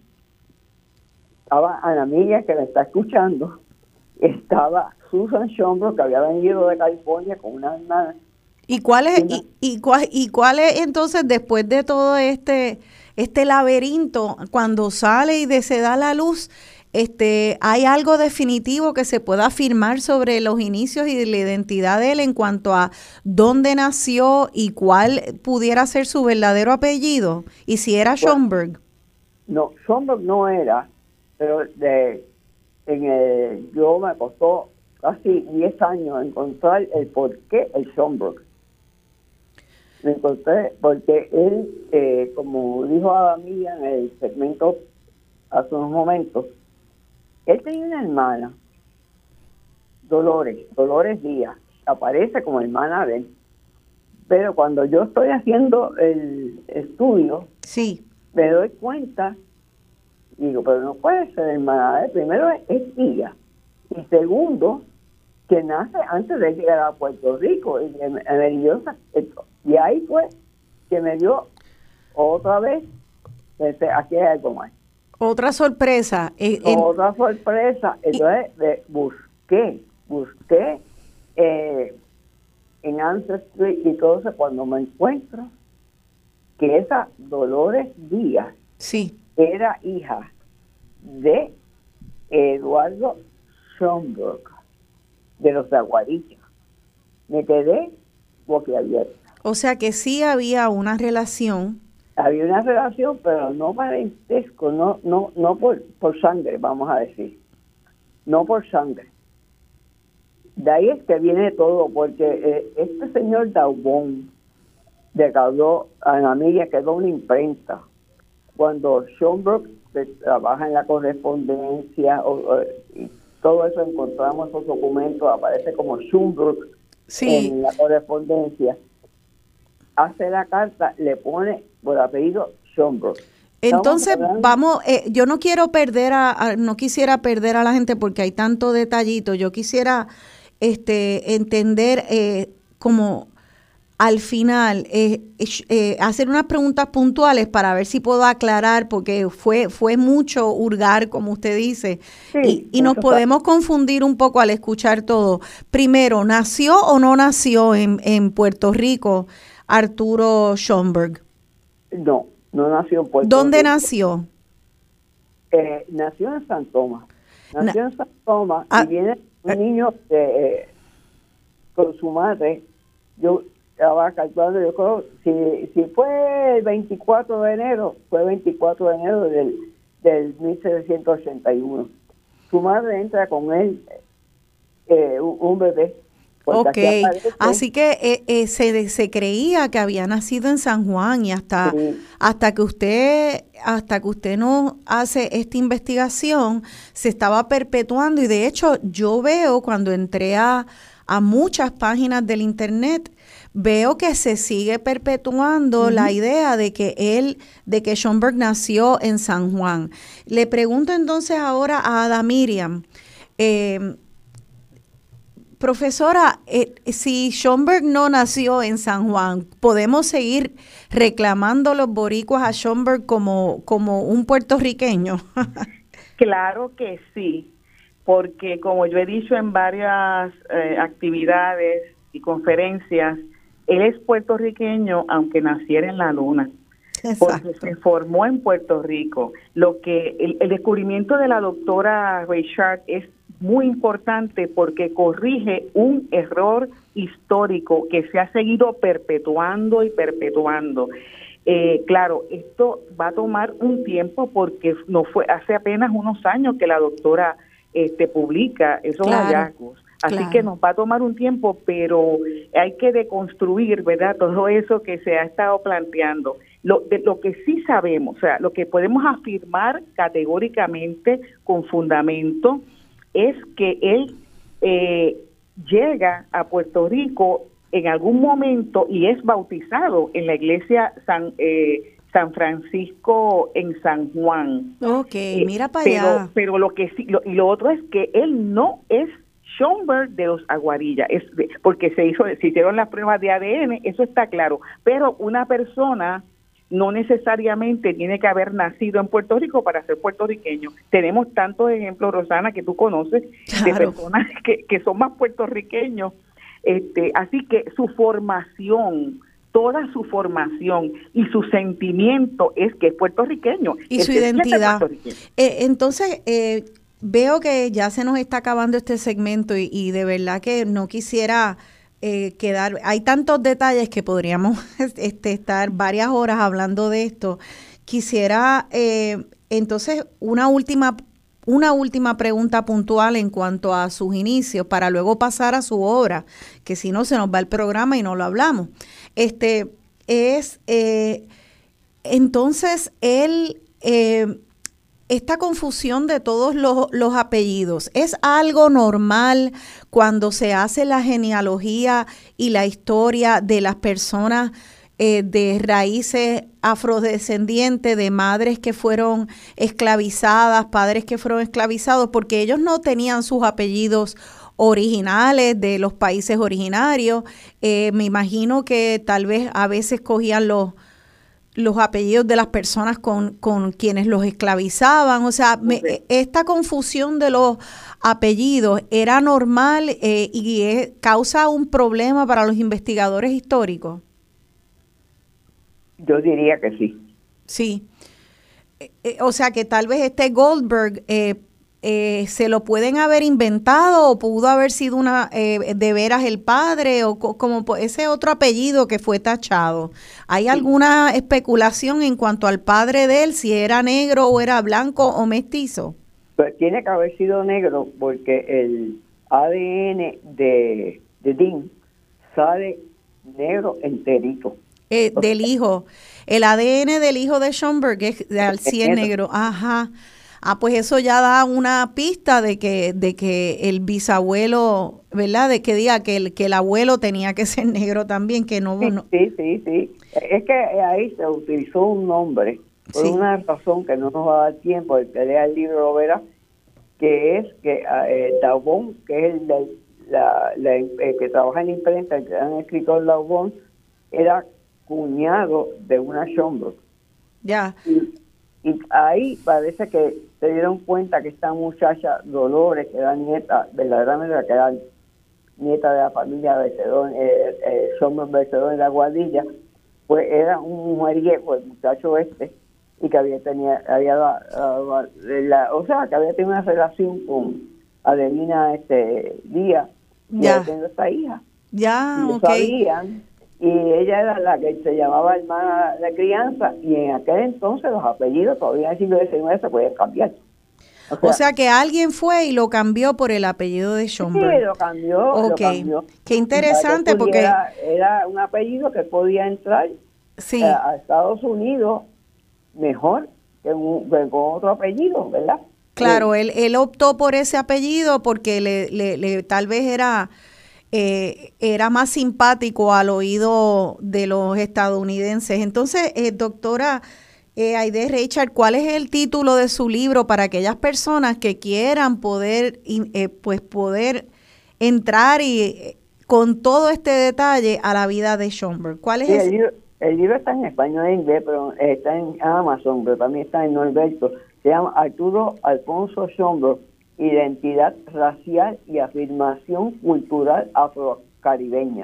estaba Ana Milla, que me está escuchando, estaba Susan Schomburg, que había venido de California con una hermana. ¿Y cuál es, y, y, cuál, y cuál es entonces, después de todo este, este laberinto, cuando sale y de, se da la luz, este, hay algo definitivo que se pueda afirmar sobre los inicios y la identidad de él en cuanto a dónde nació y cuál pudiera ser su verdadero apellido? Y si era Schomburg. No, Schomburg no era, pero de, en el, yo me costó casi diez años encontrar el por qué el Schomburg. Lo encontré porque él, eh, como dijo Adamilla en el segmento hace unos momentos, él tenía una hermana, Dolores, Dolores Díaz, aparece como hermana de él, pero cuando yo estoy haciendo el estudio, Sí. me doy cuenta Y digo, pero no puede ser, hermana. ¿eh? Primero es, es tía. Y segundo, que nace antes de llegar a Puerto Rico. Y, me, me dio, y ahí fue que me dio otra vez, este, aquí hay algo más. Otra sorpresa. Eh, en... Otra sorpresa. Entonces eh, busqué, busqué eh, en Ancestry y todo eso, cuando me encuentro que esa Dolores Díaz sí. era hija de Eduardo Schomburg, de los Aguadillas. Me quedé boquiabierta. O sea que sí había una relación. Había una relación, pero no parentesco, no no no por, por sangre, vamos a decir. No por sangre. De ahí es que viene todo, porque eh, este señor Daubón recaudó, a la milla quedó una imprenta. Cuando Schomburg que trabaja en la correspondencia, o, o, y todo eso encontramos esos documentos, aparece como Schomburg sí. en la correspondencia. Hace la carta, le pone por apellido Schomburg. Entonces vamos, eh, yo no quiero perder a, a, no quisiera perder a la gente porque hay tanto detallito. Yo quisiera, este, entender eh, como al final eh, eh, hacer unas preguntas puntuales para ver si puedo aclarar porque fue fue mucho hurgar, como usted dice, sí, y, y nos podemos confundir un poco al escuchar todo. Primero, ¿nació o no nació en, en Puerto Rico Arturo Schomburg? No, no nació en Puerto ¿Dónde Rico. nació? Eh, nació en San Tomás. Nació Na en San Tomás ah, y viene un niño eh, con su madre. Yo estaba calculando, yo creo, si, si fue el veinticuatro de enero, fue veinticuatro de enero del, del mil setecientos ochenta y uno. Su madre entra con él, eh, un, un bebé. Ok, aparece, así que eh, eh, se, se creía que había nacido en San Juan y hasta, sí. hasta que usted hasta que usted nos hace esta investigación se estaba perpetuando y de hecho yo veo cuando entré a, a muchas páginas del internet veo que se sigue perpetuando uh-huh. la idea de que él, de que Schomburg nació en San Juan. Le pregunto entonces ahora a Ada Miriam, eh, profesora, eh, si Schomburg no nació en San Juan, ¿podemos seguir reclamando los boricuas a Schomburg como, como un puertorriqueño? Claro que sí, porque como yo he dicho en varias eh, actividades y conferencias, él es puertorriqueño aunque naciera en la luna. Exacto. Porque se formó en Puerto Rico. Lo que el, el descubrimiento de la doctora Reichard es muy importante porque corrige un error histórico que se ha seguido perpetuando y perpetuando. Eh, claro, esto va a tomar un tiempo porque no fue hace apenas unos años que la doctora este, publica esos claro, hallazgos. Así claro. que nos va a tomar un tiempo, pero hay que deconstruir, ¿verdad? Todo eso que se ha estado planteando. Lo, de, lo que sí sabemos, o sea, lo que podemos afirmar categóricamente con fundamento es que él eh, llega a Puerto Rico en algún momento y es bautizado en la iglesia San eh, San Francisco en San Juan. Ok, eh, mira para pero, allá. Pero lo que sí, lo, y lo otro es que él no es Schomburg de los Aguadillas, es de, porque se hizo, se hicieron las pruebas de A D N, eso está claro. Pero una persona no necesariamente tiene que haber nacido en Puerto Rico para ser puertorriqueño. Tenemos tantos ejemplos, Rosana, que tú conoces, claro. de personas que, que son más puertorriqueños. Este, así que su formación, toda su formación y su sentimiento es que es puertorriqueño. Y su identidad. Eh, entonces, eh, veo que ya se nos está acabando este segmento y, y de verdad que no quisiera... Eh, quedar, hay tantos detalles que podríamos este, estar varias horas hablando de esto. Quisiera eh, entonces una última una última pregunta puntual en cuanto a sus inicios para luego pasar a su obra, que si no se nos va el programa y no lo hablamos. Este es eh, entonces él eh, esta confusión de todos los, los apellidos, ¿es algo normal cuando se hace la genealogía y la historia de las personas eh, de raíces afrodescendientes, de madres que fueron esclavizadas, padres que fueron esclavizados, porque ellos no tenían sus apellidos originales de los países originarios. Eh, me imagino que tal vez a veces cogían los los apellidos de las personas con, con quienes los esclavizaban. O sea, me, esta confusión de los apellidos era normal eh, y es, causa un problema para los investigadores históricos. Yo diría que sí. Sí. Eh, eh, o sea, que tal vez este Goldberg eh, eh, se lo pueden haber inventado o pudo haber sido una eh, de veras el padre o co como ese otro apellido que fue tachado. ¿Hay sí. alguna especulación en cuanto al padre de él, si era negro o era blanco o mestizo? Pues tiene que haber sido negro porque el A D N de, de Dean sale negro enterito. Eh, del hijo. El A D N del hijo de Schomburg es al cien negro. Ajá. Ah, pues eso ya da una pista de que de que el bisabuelo, ¿verdad? De que diga que el que el abuelo tenía que ser negro también, que no... Sí, no. sí, sí, sí. Es que ahí se utilizó un nombre por sí. una razón que no nos va a dar tiempo, el que lea el libro lo verá, que es que eh, Daubon, que es el, de, la, la, el que trabaja en la imprenta, el gran escritor Daubon, era cuñado de una Schomburg. Ya. Y, y ahí parece que se dieron cuenta que esta muchacha Dolores, que era nieta, verdaderamente que era nieta de la familia Bercedón, eh, eh, Schomburg Bercedón de la Guadilla, pues era un mujeriego, el muchacho este, y que había tenido, había uh, la, o sea, que había tenido una relación con Adelina este Díaz, y había tenido esta hija. Ya, y ok. Sabían, y ella era la que se llamaba hermana de crianza, y en aquel entonces los apellidos todavía en el siglo diecinueve se podían cambiar. O sea, o sea, que alguien fue y lo cambió por el apellido de Schomburg. Sí, lo cambió, okay. lo cambió. Qué interesante, porque era, era un apellido que podía entrar sí. eh, a Estados Unidos mejor que, un, que con otro apellido, ¿verdad? Claro, eh, él, él optó por ese apellido porque le, le, le tal vez era... Eh, era más simpático al oído de los estadounidenses. Entonces, eh, doctora eh, Aide Reichard, ¿cuál es el título de su libro para aquellas personas que quieran poder, eh, pues poder entrar y eh, con todo este detalle a la vida de Schomburg? ¿Cuál es sí, ese? El libro, el libro está en español e inglés, pero está en Amazon, pero también está en Norberto. Se llama Arturo Alfonso Schomburg, Identidad racial y afirmación cultural afrocaribeña.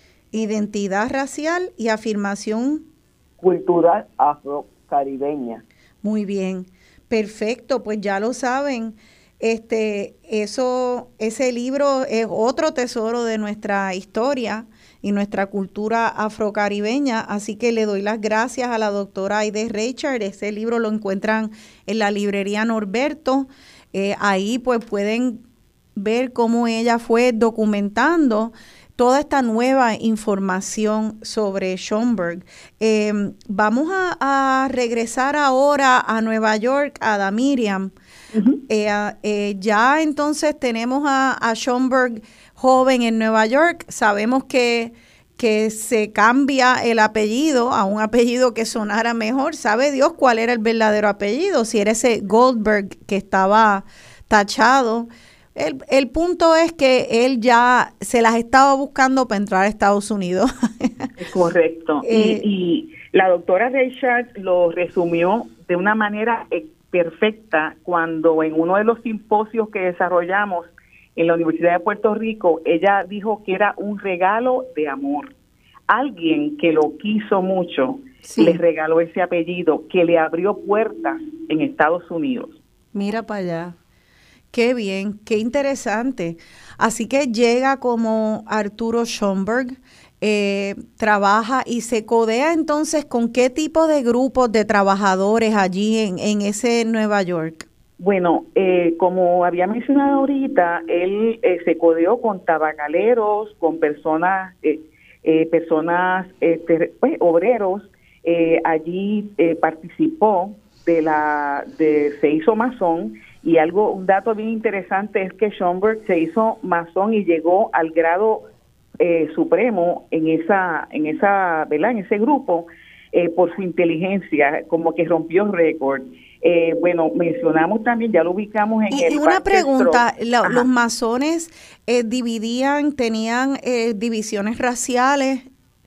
Identidad racial y afirmación cultural afrocaribeña. Muy bien, perfecto, pues ya lo saben. Este, eso, ese libro es otro tesoro de nuestra historia y nuestra cultura afrocaribeña, así que le doy las gracias a la doctora Aide Reichard. Ese libro lo encuentran en la librería Norberto. Eh, ahí pues pueden ver cómo ella fue documentando toda esta nueva información sobre Schomburg. Eh, vamos a, a regresar ahora a Nueva York, a Da Miriam. Uh-huh. eh, eh, ya entonces tenemos a, a Schomburg joven en Nueva York. Sabemos que, que se cambia el apellido a un apellido que sonara mejor. ¿Sabe Dios cuál era el verdadero apellido? Si era ese Goldberg que estaba tachado. El, el punto es que él ya se las estaba buscando para entrar a Estados Unidos. Correcto. eh, y, y la doctora Reichard lo resumió de una manera perfecta cuando en uno de los simposios que desarrollamos en la Universidad de Puerto Rico, ella dijo que era un regalo de amor. Alguien que lo quiso mucho, sí, le regaló ese apellido que le abrió puertas en Estados Unidos. Mira para allá. Qué bien, qué interesante. Así que llega como Arturo Schomburg, eh, trabaja y se codea entonces con qué tipo de grupos de trabajadores allí en, en ese Nueva York. Bueno, eh, como había mencionado ahorita, él eh, se codeó con tabacaleros, con personas, eh, eh, personas, este, pues, obreros. Eh, allí eh, participó de la, de, se hizo masón. Y algo, un dato bien interesante es que Schomburg se hizo masón y llegó al grado eh, supremo en esa, en esa, ¿verdad? En ese grupo, eh, por su inteligencia, como que rompió récord. Eh, bueno, mencionamos también, ya lo ubicamos en y, el... Y una pregunta, la, ¿los masones eh, dividían, tenían eh, divisiones raciales?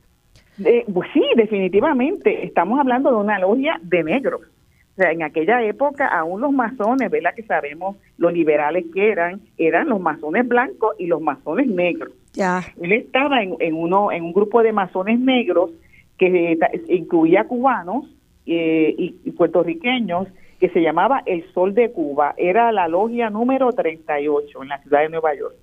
Eh, pues sí, definitivamente, estamos hablando de una logia de negros. O sea, en aquella época aún los masones, ¿verdad? Que sabemos los liberales que eran, eran los masones blancos y los masones negros. Ya. Él estaba en, en uno en un grupo de masones negros que eh, incluía cubanos eh, y, y puertorriqueños, que se llamaba El Sol de Cuba. Era la logia número treinta y ocho en la ciudad de Nueva York.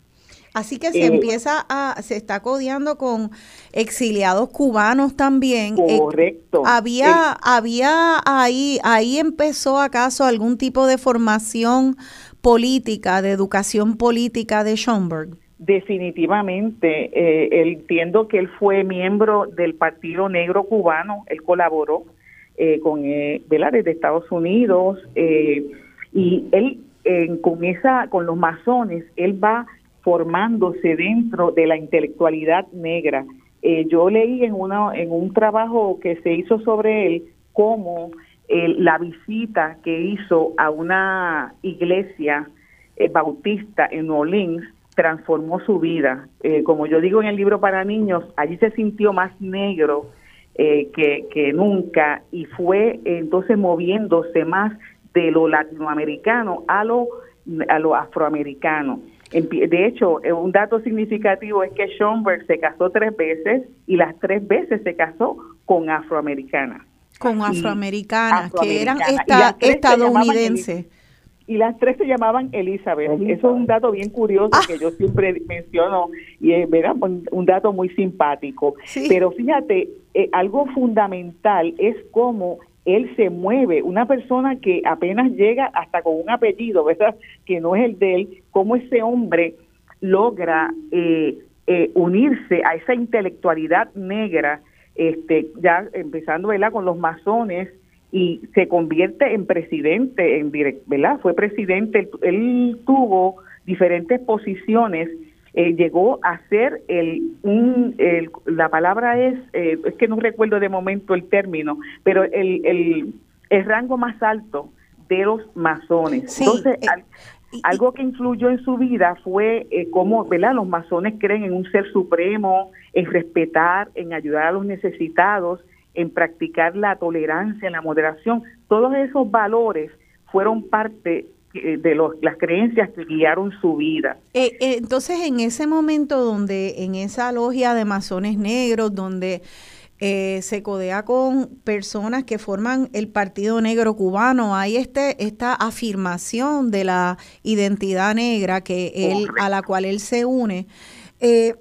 Así que se eh, empieza a, se está codeando con exiliados cubanos también. Correcto. Eh, había, eh, había ahí, ahí empezó acaso algún tipo de formación política, de educación política de Schomburg. Definitivamente, eh, entiendo que él fue miembro del Partido Negro Cubano, él colaboró eh, con, eh, ¿verdad? Desde Estados Unidos, eh, y él eh, con esa, con los masones, él va formándose dentro de la intelectualidad negra. Eh, yo leí en una en un trabajo que se hizo sobre él cómo eh, la visita que hizo a una iglesia eh, bautista en New Orleans transformó su vida. Eh, como yo digo en el libro para niños, allí se sintió más negro eh, que, que nunca y fue eh, entonces moviéndose más de lo latinoamericano a lo, a lo afroamericano. De hecho, un dato significativo es que Schomburg se casó tres veces y las tres veces se casó con afroamericanas. Con afroamericanas, que eran esta, estadounidenses. Y las tres se llamaban Elizabeth. Elizabeth. Eso es un dato bien curioso ah. que yo siempre menciono y es ¿verdad? Un, un dato muy simpático. Sí. Pero fíjate, eh, algo fundamental es cómo él se mueve, una persona que apenas llega hasta con un apellido, ¿verdad? Que no es el de él, cómo ese hombre logra eh, eh, unirse a esa intelectualidad negra, este, ya empezando, ¿verdad? Con los masones, y se convierte en presidente, en direct, ¿verdad? Fue presidente, él, él tuvo diferentes posiciones. Eh, llegó a ser el, un, el la palabra es, eh, es que no recuerdo de momento el término, pero el, el, el rango más alto de los masones. Sí, Entonces, eh, al, y, algo que influyó en su vida fue eh, cómo, ¿verdad? Los masones creen en un ser supremo, en respetar, en ayudar a los necesitados, en practicar la tolerancia, la moderación. Todos esos valores fueron parte de los, las creencias que guiaron su vida. Eh, eh, entonces, en ese momento donde, en esa logia de masones negros, donde eh, se codea con personas que forman el Partido Negro Cubano, hay este esta afirmación de la identidad negra que él, a la cual él se une. Eh,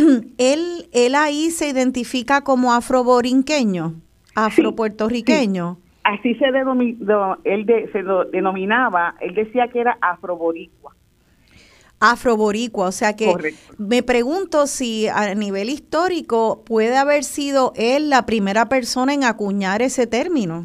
él, él ahí se identifica como afroborinqueño, afropuertorriqueño. Sí, sí. Así se, denominó, él de, se lo denominaba, él decía que era afroboricua. Afroboricua, o sea que Correcto. Me pregunto si a nivel histórico puede haber sido él la primera persona en acuñar ese término.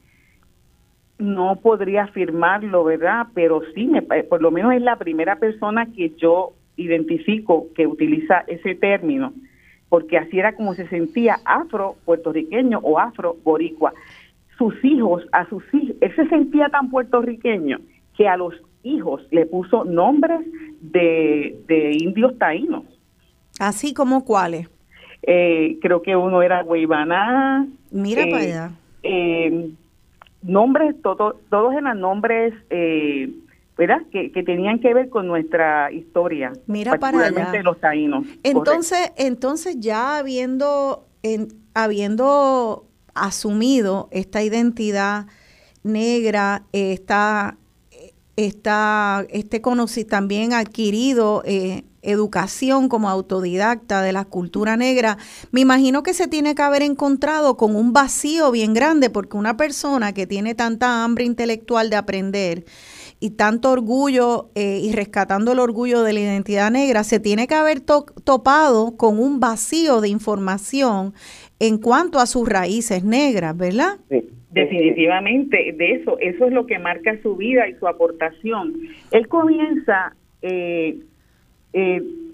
No podría afirmarlo, ¿verdad? Pero sí, me, por lo menos es la primera persona que yo identifico que utiliza ese término, porque así era como se sentía afro-puertorriqueño o afro-boricua. Sus hijos, a sus hijos, él se sentía tan puertorriqueño que a los hijos le puso nombres de, de indios taínos. ¿Así como cuáles? Eh, creo que uno era Guaybaná. Mira eh, para allá. Eh, nombres, todo, todos eran nombres, eh, ¿verdad? Que, que tenían que ver con nuestra historia. Mira particularmente para allá. Los taínos. Entonces, entonces ya habiendo, en, habiendo asumido esta identidad negra, esta, esta, este conocido, también adquirido eh, educación como autodidacta de la cultura negra, me imagino que se tiene que haber encontrado con un vacío bien grande, porque una persona que tiene tanta hambre intelectual de aprender y tanto orgullo eh, y rescatando el orgullo de la identidad negra, se tiene que haber to- topado con un vacío de información en cuanto a sus raíces negras, ¿verdad? Sí, definitivamente, de eso, eso es lo que marca su vida y su aportación. Él comienza, eh, eh,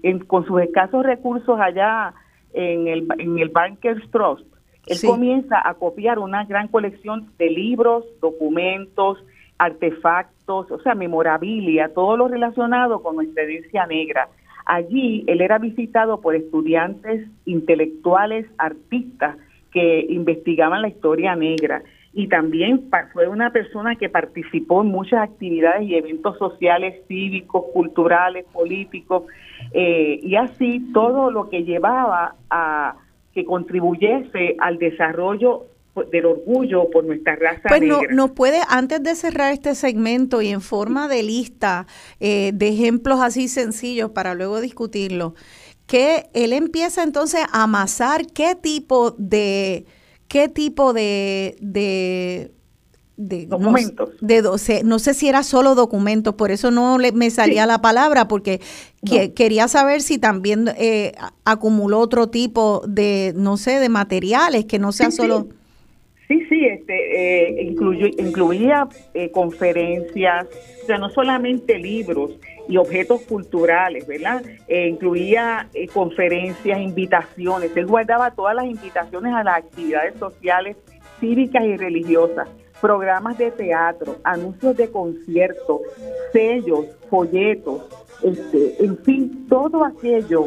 en, con sus escasos recursos allá en el, en el Bankers Trust, él sí. comienza a copiar una gran colección de libros, documentos, artefactos, o sea, memorabilia, todo lo relacionado con nuestra herencia negra. Allí él era visitado por estudiantes intelectuales, artistas que investigaban la historia negra, y también fue una persona que participó en muchas actividades y eventos sociales, cívicos, culturales, políticos, eh, y así todo lo que llevaba a que contribuyese al desarrollo del orgullo por nuestra raza pues negra. Pues no, nos puede, antes de cerrar este segmento y en forma de lista eh, de ejemplos así sencillos para luego discutirlo, que él empieza entonces a amasar qué tipo de qué tipo de de, de documentos. No, de doce, no sé si era solo documentos, por eso no le, me salía sí. la palabra, porque no. que, quería saber si también eh, acumuló otro tipo de, no sé, de materiales, que no sea sí, solo... Sí. Sí, sí, este, eh, incluyo, incluía eh, conferencias, o sea, no solamente libros y objetos culturales, ¿verdad? Eh, incluía eh, conferencias, invitaciones. Él guardaba todas las invitaciones a las actividades sociales, cívicas y religiosas, programas de teatro, anuncios de conciertos, sellos, folletos, este, en fin, todo aquello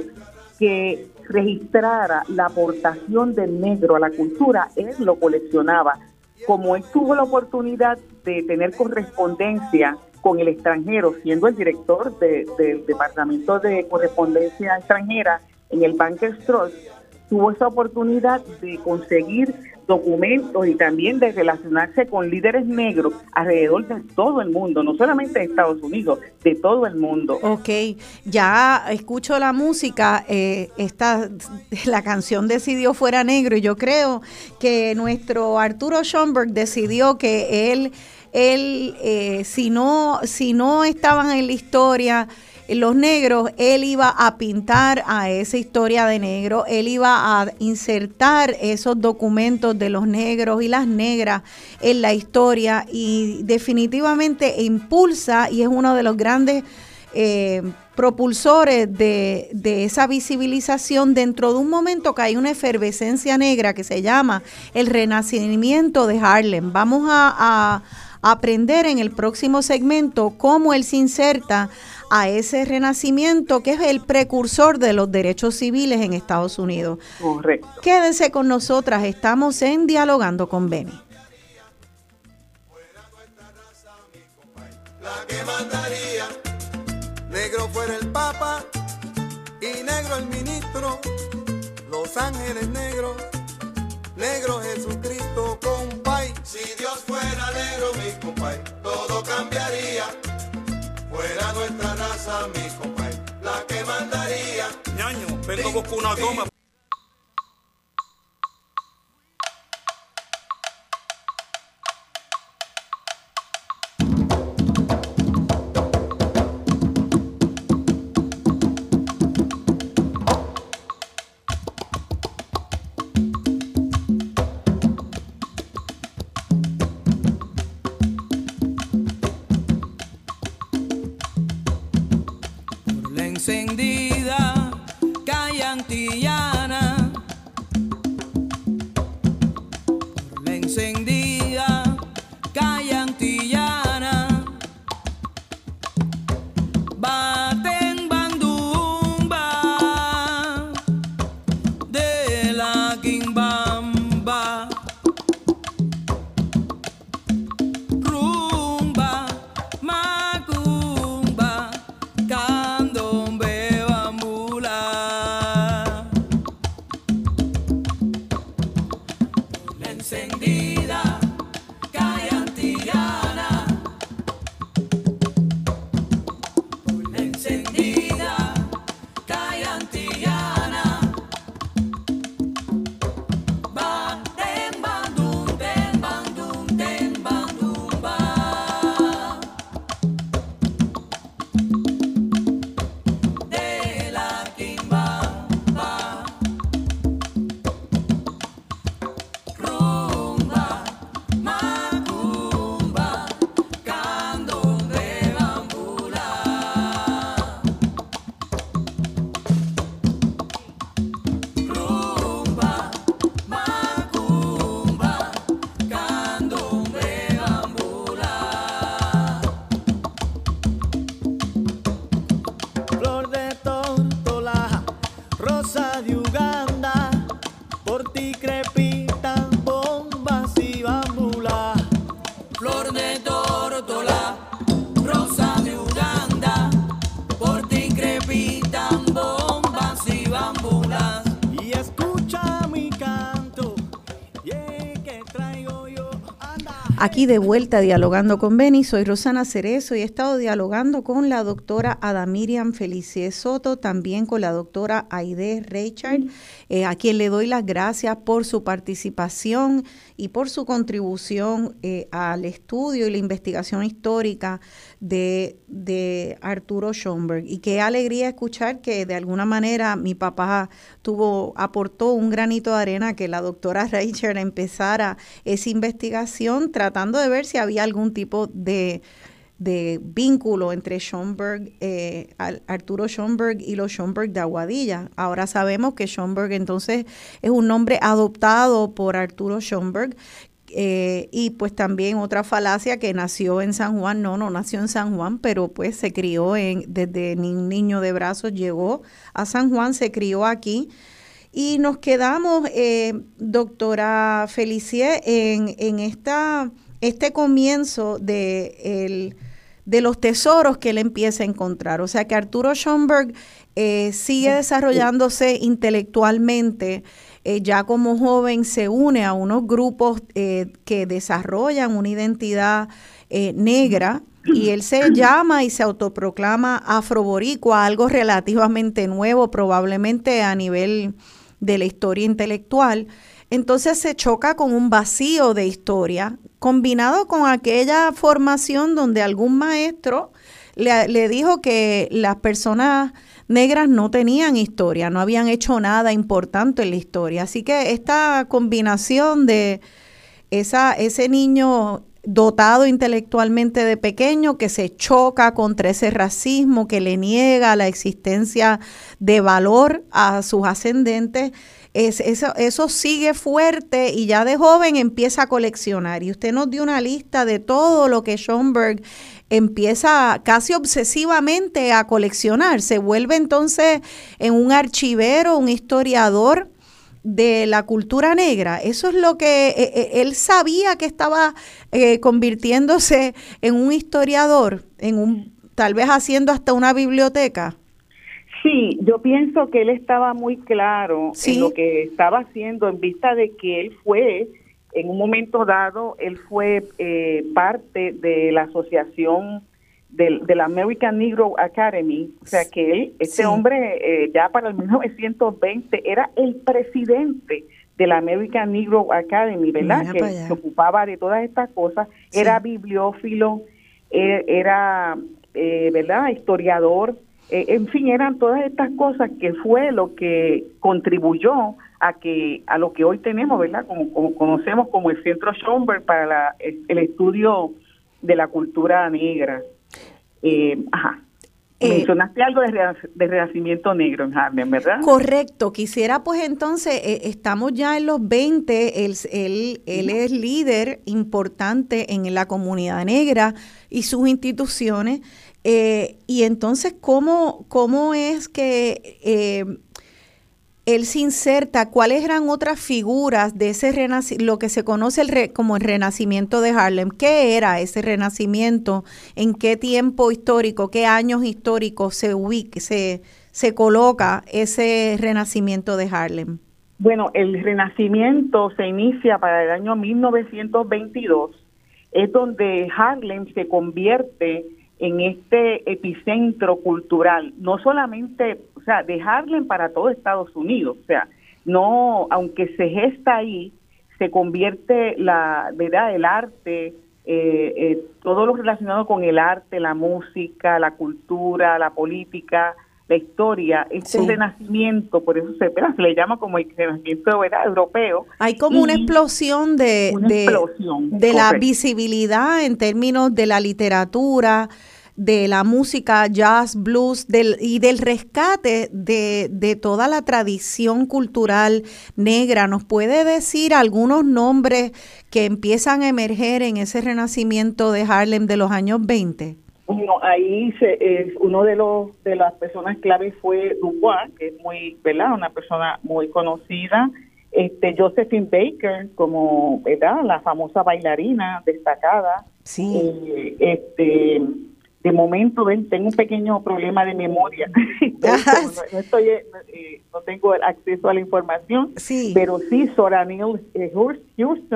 que registrara la aportación del negro a la cultura, él lo coleccionaba. Como él tuvo la oportunidad de tener correspondencia con el extranjero, siendo el director de, del Departamento de Correspondencia Extranjera en el Bankers Trust, tuvo esa oportunidad de conseguir documentos y también de relacionarse con líderes negros alrededor de todo el mundo, no solamente de Estados Unidos, de todo el mundo. Ok, ya escucho la música, eh, esta, la canción decidió Fuera Negro, y yo creo que nuestro Arturo Schomburg decidió que él, él eh, si no, si no estaban en la historia los negros, él iba a pintar a esa historia de negro, él iba a insertar esos documentos de los negros y las negras en la historia, y definitivamente impulsa y es uno de los grandes eh, propulsores de, de esa visibilización dentro de un momento que hay una efervescencia negra que se llama el renacimiento de Harlem. Vamos a, a aprender en el próximo segmento cómo él se inserta a ese renacimiento que es el precursor de los derechos civiles en Estados Unidos. Correcto. Quédense con nosotras, estamos en Dialogando con Beni. La que mandaría, negro fuera el Papa y negro el ministro, los ángeles negros, negro Jesucristo, compay. Si Dios fuera negro, mi compay, todo cambiaría. Fuera nuestra raza, mi compay, la que mandaría. Ñaño, vengo a buscar una goma. Encendida, calle antillana, por la encendida, calle antillana, baten bandumba de la quimbamba, rumba, macumba, candombe, bambú. Aquí de vuelta dialogando con Beni, soy Rosana Cerezo y he estado dialogando con la doctora Adamiriam Felicie Soto, también con la doctora Aide Reichard, eh, a quien le doy las gracias por su participación y por su contribución eh, al estudio y la investigación histórica de, de Arturo Schomburg. Y qué alegría escuchar que de alguna manera mi papá tuvo, aportó un granito de arena que la doctora Reichard empezara esa investigación, tratando de ver si había algún tipo de, de vínculo entre Schomburg, eh, Arturo Schomburg y los Schomburg de Aguadilla. Ahora sabemos que Schomburg entonces es un nombre adoptado por Arturo Schomburg, eh, y pues también otra falacia que nació en San Juan, no, no nació en San Juan, pero pues se crió en, desde ni un niño de brazos llegó a San Juan, se crió aquí. Y nos quedamos, eh, doctora Felicie, en, en esta, este comienzo de, el, de los tesoros que él empieza a encontrar. O sea que Arturo Schomburg eh, sigue desarrollándose intelectualmente. Eh, ya como joven se une a unos grupos eh, que desarrollan una identidad eh, negra, y él se llama y se autoproclama afroboricua, algo relativamente nuevo probablemente a nivel de la historia intelectual. Entonces se choca con un vacío de historia, combinado con aquella formación donde algún maestro le, le dijo que las personas negras no tenían historia, no habían hecho nada importante en la historia. Así que esta combinación de esa, ese niño dotado intelectualmente de pequeño que se choca contra ese racismo, que le niega la existencia de valor a sus ascendentes, es, eso, eso sigue fuerte y ya de joven empieza a coleccionar. Y usted nos dio una lista de todo lo que Schomburg empieza casi obsesivamente a coleccionar. Se vuelve entonces en un archivero, un historiador de la cultura negra. Eso es lo que eh, él sabía, que estaba eh, convirtiéndose en un historiador, en un tal vez haciendo hasta una biblioteca. Sí, yo pienso que él estaba muy claro ¿Sí? en lo que estaba haciendo, en vista de que él fue, en un momento dado, él fue eh, parte de la asociación del, de la American Negro Academy, o sea que él, este Sí. hombre eh, ya para el mil novecientos veinte era el presidente de la American Negro Academy, ¿verdad? Mira Que para allá. se ocupaba de todas estas cosas, Sí. era bibliófilo, eh, era, eh, ¿verdad? Historiador, eh, en fin, eran todas estas cosas que fue lo que contribuyó a que a lo que hoy tenemos, ¿verdad? Como, como conocemos como el Centro Schomburg para la, el, el estudio de la cultura negra. Eh, ajá. Eh, Mencionaste algo de, de renacimiento negro en Harlem, ¿verdad? Correcto. Quisiera pues entonces, eh, estamos ya en los veinte, él, él, él es líder importante en la comunidad negra y sus instituciones, eh, y entonces, ¿cómo, cómo es que eh, él se inserta? ¿Cuáles eran otras figuras de ese renacimiento, lo que se conoce el re, como el renacimiento de Harlem? ¿Qué era ese renacimiento? ¿En qué tiempo histórico, qué años históricos se ubica, se, se coloca ese renacimiento de Harlem? Bueno, el renacimiento se inicia para el año mil novecientos veintidós, es donde Harlem se convierte en este epicentro cultural, no solamente, o sea, de Harlem para todo Estados Unidos, o sea, no, aunque se gesta ahí, se convierte la, ¿verdad? El arte, eh, eh, todo lo relacionado con el arte, la música, la cultura, la política, la historia, este Sí. renacimiento, por eso se, ¿verdad? Se le llama como el renacimiento, ¿verdad? Europeo. Hay como Y una explosión de, una de, explosión, de la correcto. visibilidad en términos de la literatura, de la música, jazz, blues, del, y del rescate de, de toda la tradición cultural negra. ¿Nos puede decir algunos nombres que empiezan a emerger en ese renacimiento de Harlem de los años veinte? Bueno, ahí se, es uno de los de las personas claves fue Dubois, que es muy, ¿verdad? Una persona muy conocida. Este Josephine Baker, como, ¿verdad? La famosa bailarina destacada. Sí. Eh, este, de momento, ven, tengo un pequeño problema de memoria. no, no estoy, eh, no tengo el acceso a la información. Sí. Pero sí, Zora Neale eh, Hurston,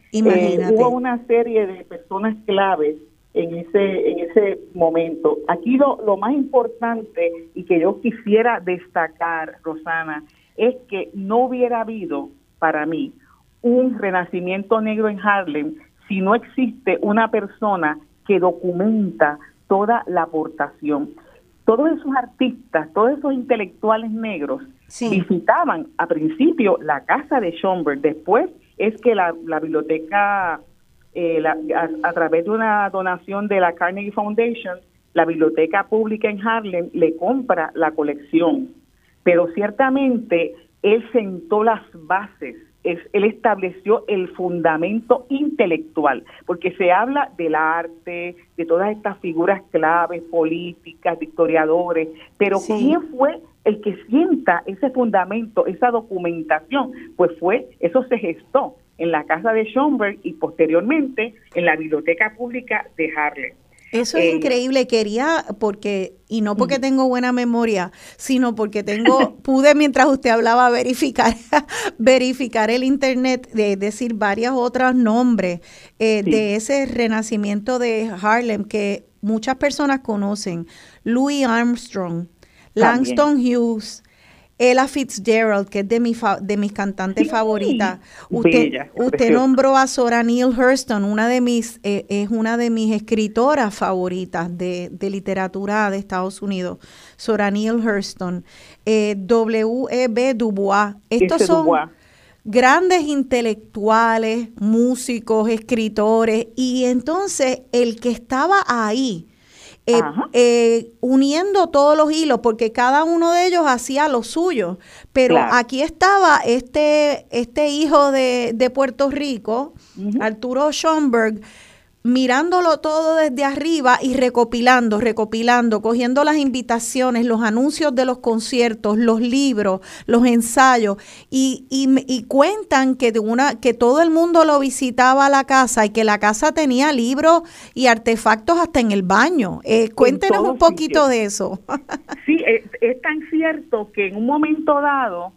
Imagínate. Eh, hubo una serie de personas claves en ese en ese momento. Aquí lo, lo más importante y que yo quisiera destacar, Rosana, es que no hubiera habido para mí un renacimiento negro en Harlem si no existe una persona que documenta toda la aportación. Todos esos artistas, todos esos intelectuales negros sí. visitaban a principio la casa de Schomburg. Después es que la, la biblioteca, eh, la, a, a través de una donación de la Carnegie Foundation, la biblioteca pública en Harlem le compra la colección. Pero ciertamente él sentó las bases, es, él estableció el fundamento intelectual, porque se habla del arte, de todas estas figuras claves, políticas, de historiadores, pero sí. ¿quién fue el que sienta ese fundamento, esa documentación? Pues fue, eso se gestó en la casa de Schomburg y posteriormente en la biblioteca pública de Harlem. Eso es eh, increíble, quería, porque, y no porque tengo buena memoria, sino porque tengo, pude mientras usted hablaba verificar, verificar el internet, de decir varios otros nombres eh, sí. de ese renacimiento de Harlem que muchas personas conocen. Louis Armstrong, Langston Hughes, Ella Fitzgerald, que es de, mi fa, de mis cantantes sí, favoritas. Usted, bella, usted nombró a Zora Neale Hurston, una de mis, eh, es una de mis escritoras favoritas de, de literatura de Estados Unidos, Zora Neale Hurston. Eh, W E B Du Bois. Estos son Dubois. Grandes intelectuales, músicos, escritores, y entonces el que estaba ahí, Eh, eh, uniendo todos los hilos, porque cada uno de ellos hacía lo suyo, pero claro. aquí estaba este este hijo de, de Puerto Rico, uh-huh. Arturo Schomburg, mirándolo todo desde arriba y recopilando, recopilando, cogiendo las invitaciones, los anuncios de los conciertos, los libros, los ensayos, y, y, y cuentan que, de una, que todo el mundo lo visitaba a la casa y que la casa tenía libros y artefactos hasta en el baño. Eh, cuéntenos un poquito sitios. de eso. Sí, es, es tan cierto que en un momento dado,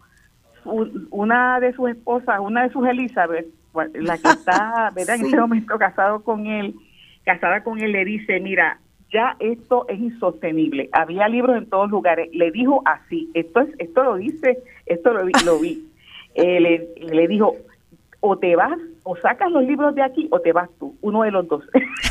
una de sus esposas, una de sus Elizabeth, la que está, ¿verdad? Sí. En ese momento casado con él, casada con él, le dice, mira, ya esto es insostenible. Había libros en todos lugares. Le dijo así, esto es, esto lo dice, esto lo vi, lo vi. Eh, le, le dijo, o te vas, o sacas los libros de aquí, o te vas tú, uno de los dos.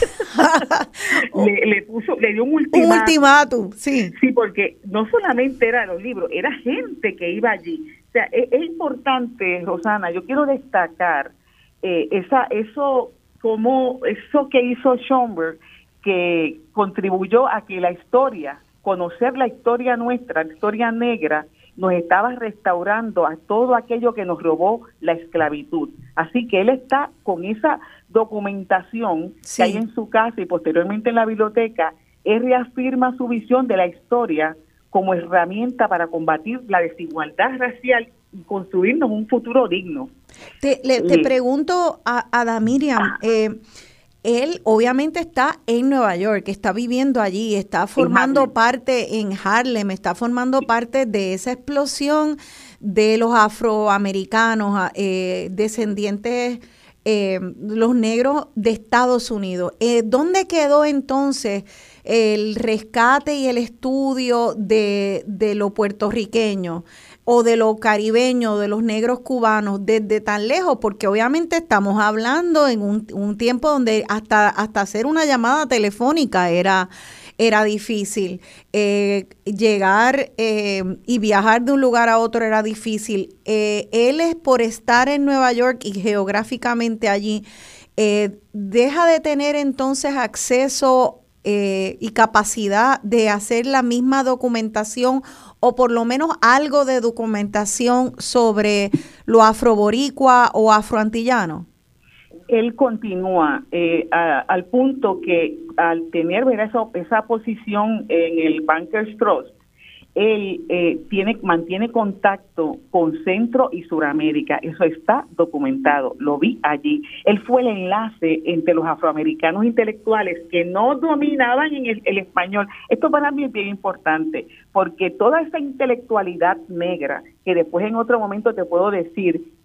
le, le puso, le dio un ultimátum. Un ultimátum, sí. Sí, porque no solamente eran los libros, era gente que iba allí. O sea, es, es importante, Rosana, yo quiero destacar Eh, esa eso como eso que hizo Schomburg, que contribuyó a que la historia, conocer la historia nuestra, la historia negra, nos estaba restaurando a todo aquello que nos robó la esclavitud. Así que él está con esa documentación sí. que hay en su casa y posteriormente en la biblioteca, él reafirma su visión de la historia como herramienta para combatir la desigualdad racial y construirnos un futuro digno. Te, le, te pregunto a, a Damiriam, eh, él obviamente está en Nueva York, está viviendo allí, está formando parte en Harlem, está formando parte de esa explosión de los afroamericanos, eh, descendientes, eh, los negros de Estados Unidos. Eh, ¿Dónde quedó entonces el rescate y el estudio de, de lo puertorriqueño o de lo caribeño, de los negros cubanos, desde tan lejos? Porque obviamente estamos hablando en un, un tiempo donde hasta, hasta hacer una llamada telefónica era, era difícil. Eh, llegar eh, y viajar de un lugar a otro era difícil. Eh, él es por estar en Nueva York y geográficamente allí, eh, deja de tener entonces acceso Eh, y capacidad de hacer la misma documentación o por lo menos algo de documentación sobre lo afroboricua o afroantillano? Él continúa eh, a, al punto que al tener ¿verdad? Esa, esa posición en el Bankers Trust, él eh, tiene mantiene contacto con Centro y Suramérica. Eso está documentado, lo vi allí. Él fue el enlace entre los afroamericanos intelectuales que no dominaban en el, el español. Esto para mí es bien importante, porque toda esa intelectualidad negra, que después en otro momento te puedo decir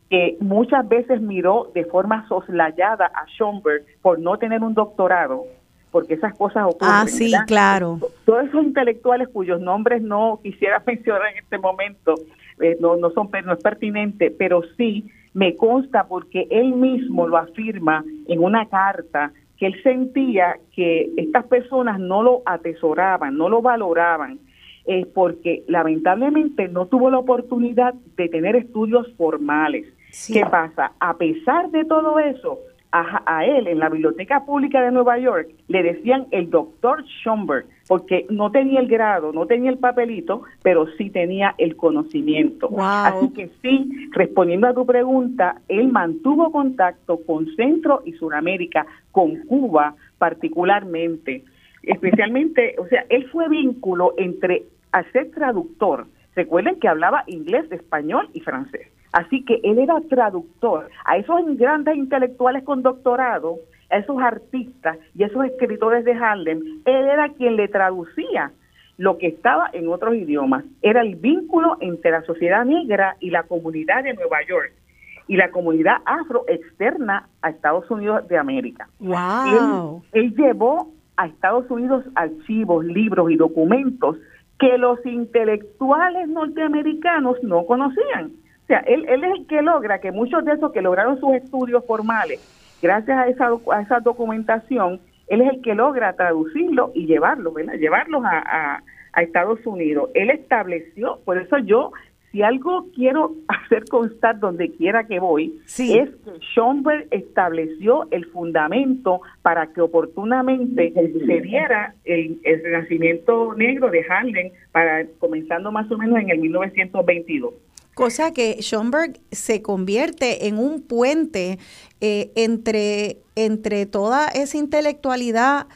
que muchas veces miró de forma soslayada a Schomburg por no tener un doctorado, porque esas cosas ocurren. Ah, sí, ¿verdad? claro. Todos esos intelectuales cuyos nombres no quisiera mencionar en este momento, eh, no, no, son, no es pertinente, pero sí me consta porque él mismo lo afirma en una carta, que él sentía que estas personas no lo atesoraban, no lo valoraban, eh, porque lamentablemente no tuvo la oportunidad de tener estudios formales. Sí. ¿Qué pasa? A pesar de todo eso, a, a él en la Biblioteca Pública de Nueva York le decían el doctor Schomburg, porque no tenía el grado, no tenía el papelito, pero sí tenía el conocimiento. Wow. Así que sí, respondiendo a tu pregunta, él mantuvo contacto con Centro y Suramérica, con Cuba particularmente, especialmente, o sea, él fue vínculo entre al ser traductor. Recuerden que hablaba inglés, español y francés. Así que él era traductor a esos grandes intelectuales con doctorado, a esos artistas y a esos escritores de Harlem. Él era quien le traducía lo que estaba en otros idiomas. Era el vínculo entre la sociedad negra y la comunidad de Nueva York y la comunidad afro externa a Estados Unidos de América. Wow. Él, él llevó a Estados Unidos archivos, libros y documentos que los intelectuales norteamericanos no conocían. O sea, él, él es el que logra que muchos de esos que lograron sus estudios formales, gracias a esa, a esa documentación, él es el que logra traducirlo y llevarlo, ¿verdad? Llevarlos a, a, a Estados Unidos. Él estableció, por eso yo, si algo quiero hacer constar donde quiera que voy, sí. es que Schomburg estableció el fundamento para que oportunamente se diera el, el renacimiento negro de Harlem, para, comenzando más o menos en el mil novecientos veintidós. Cosa que Schomburg se convierte en un puente eh, entre, entre toda esa intelectualidad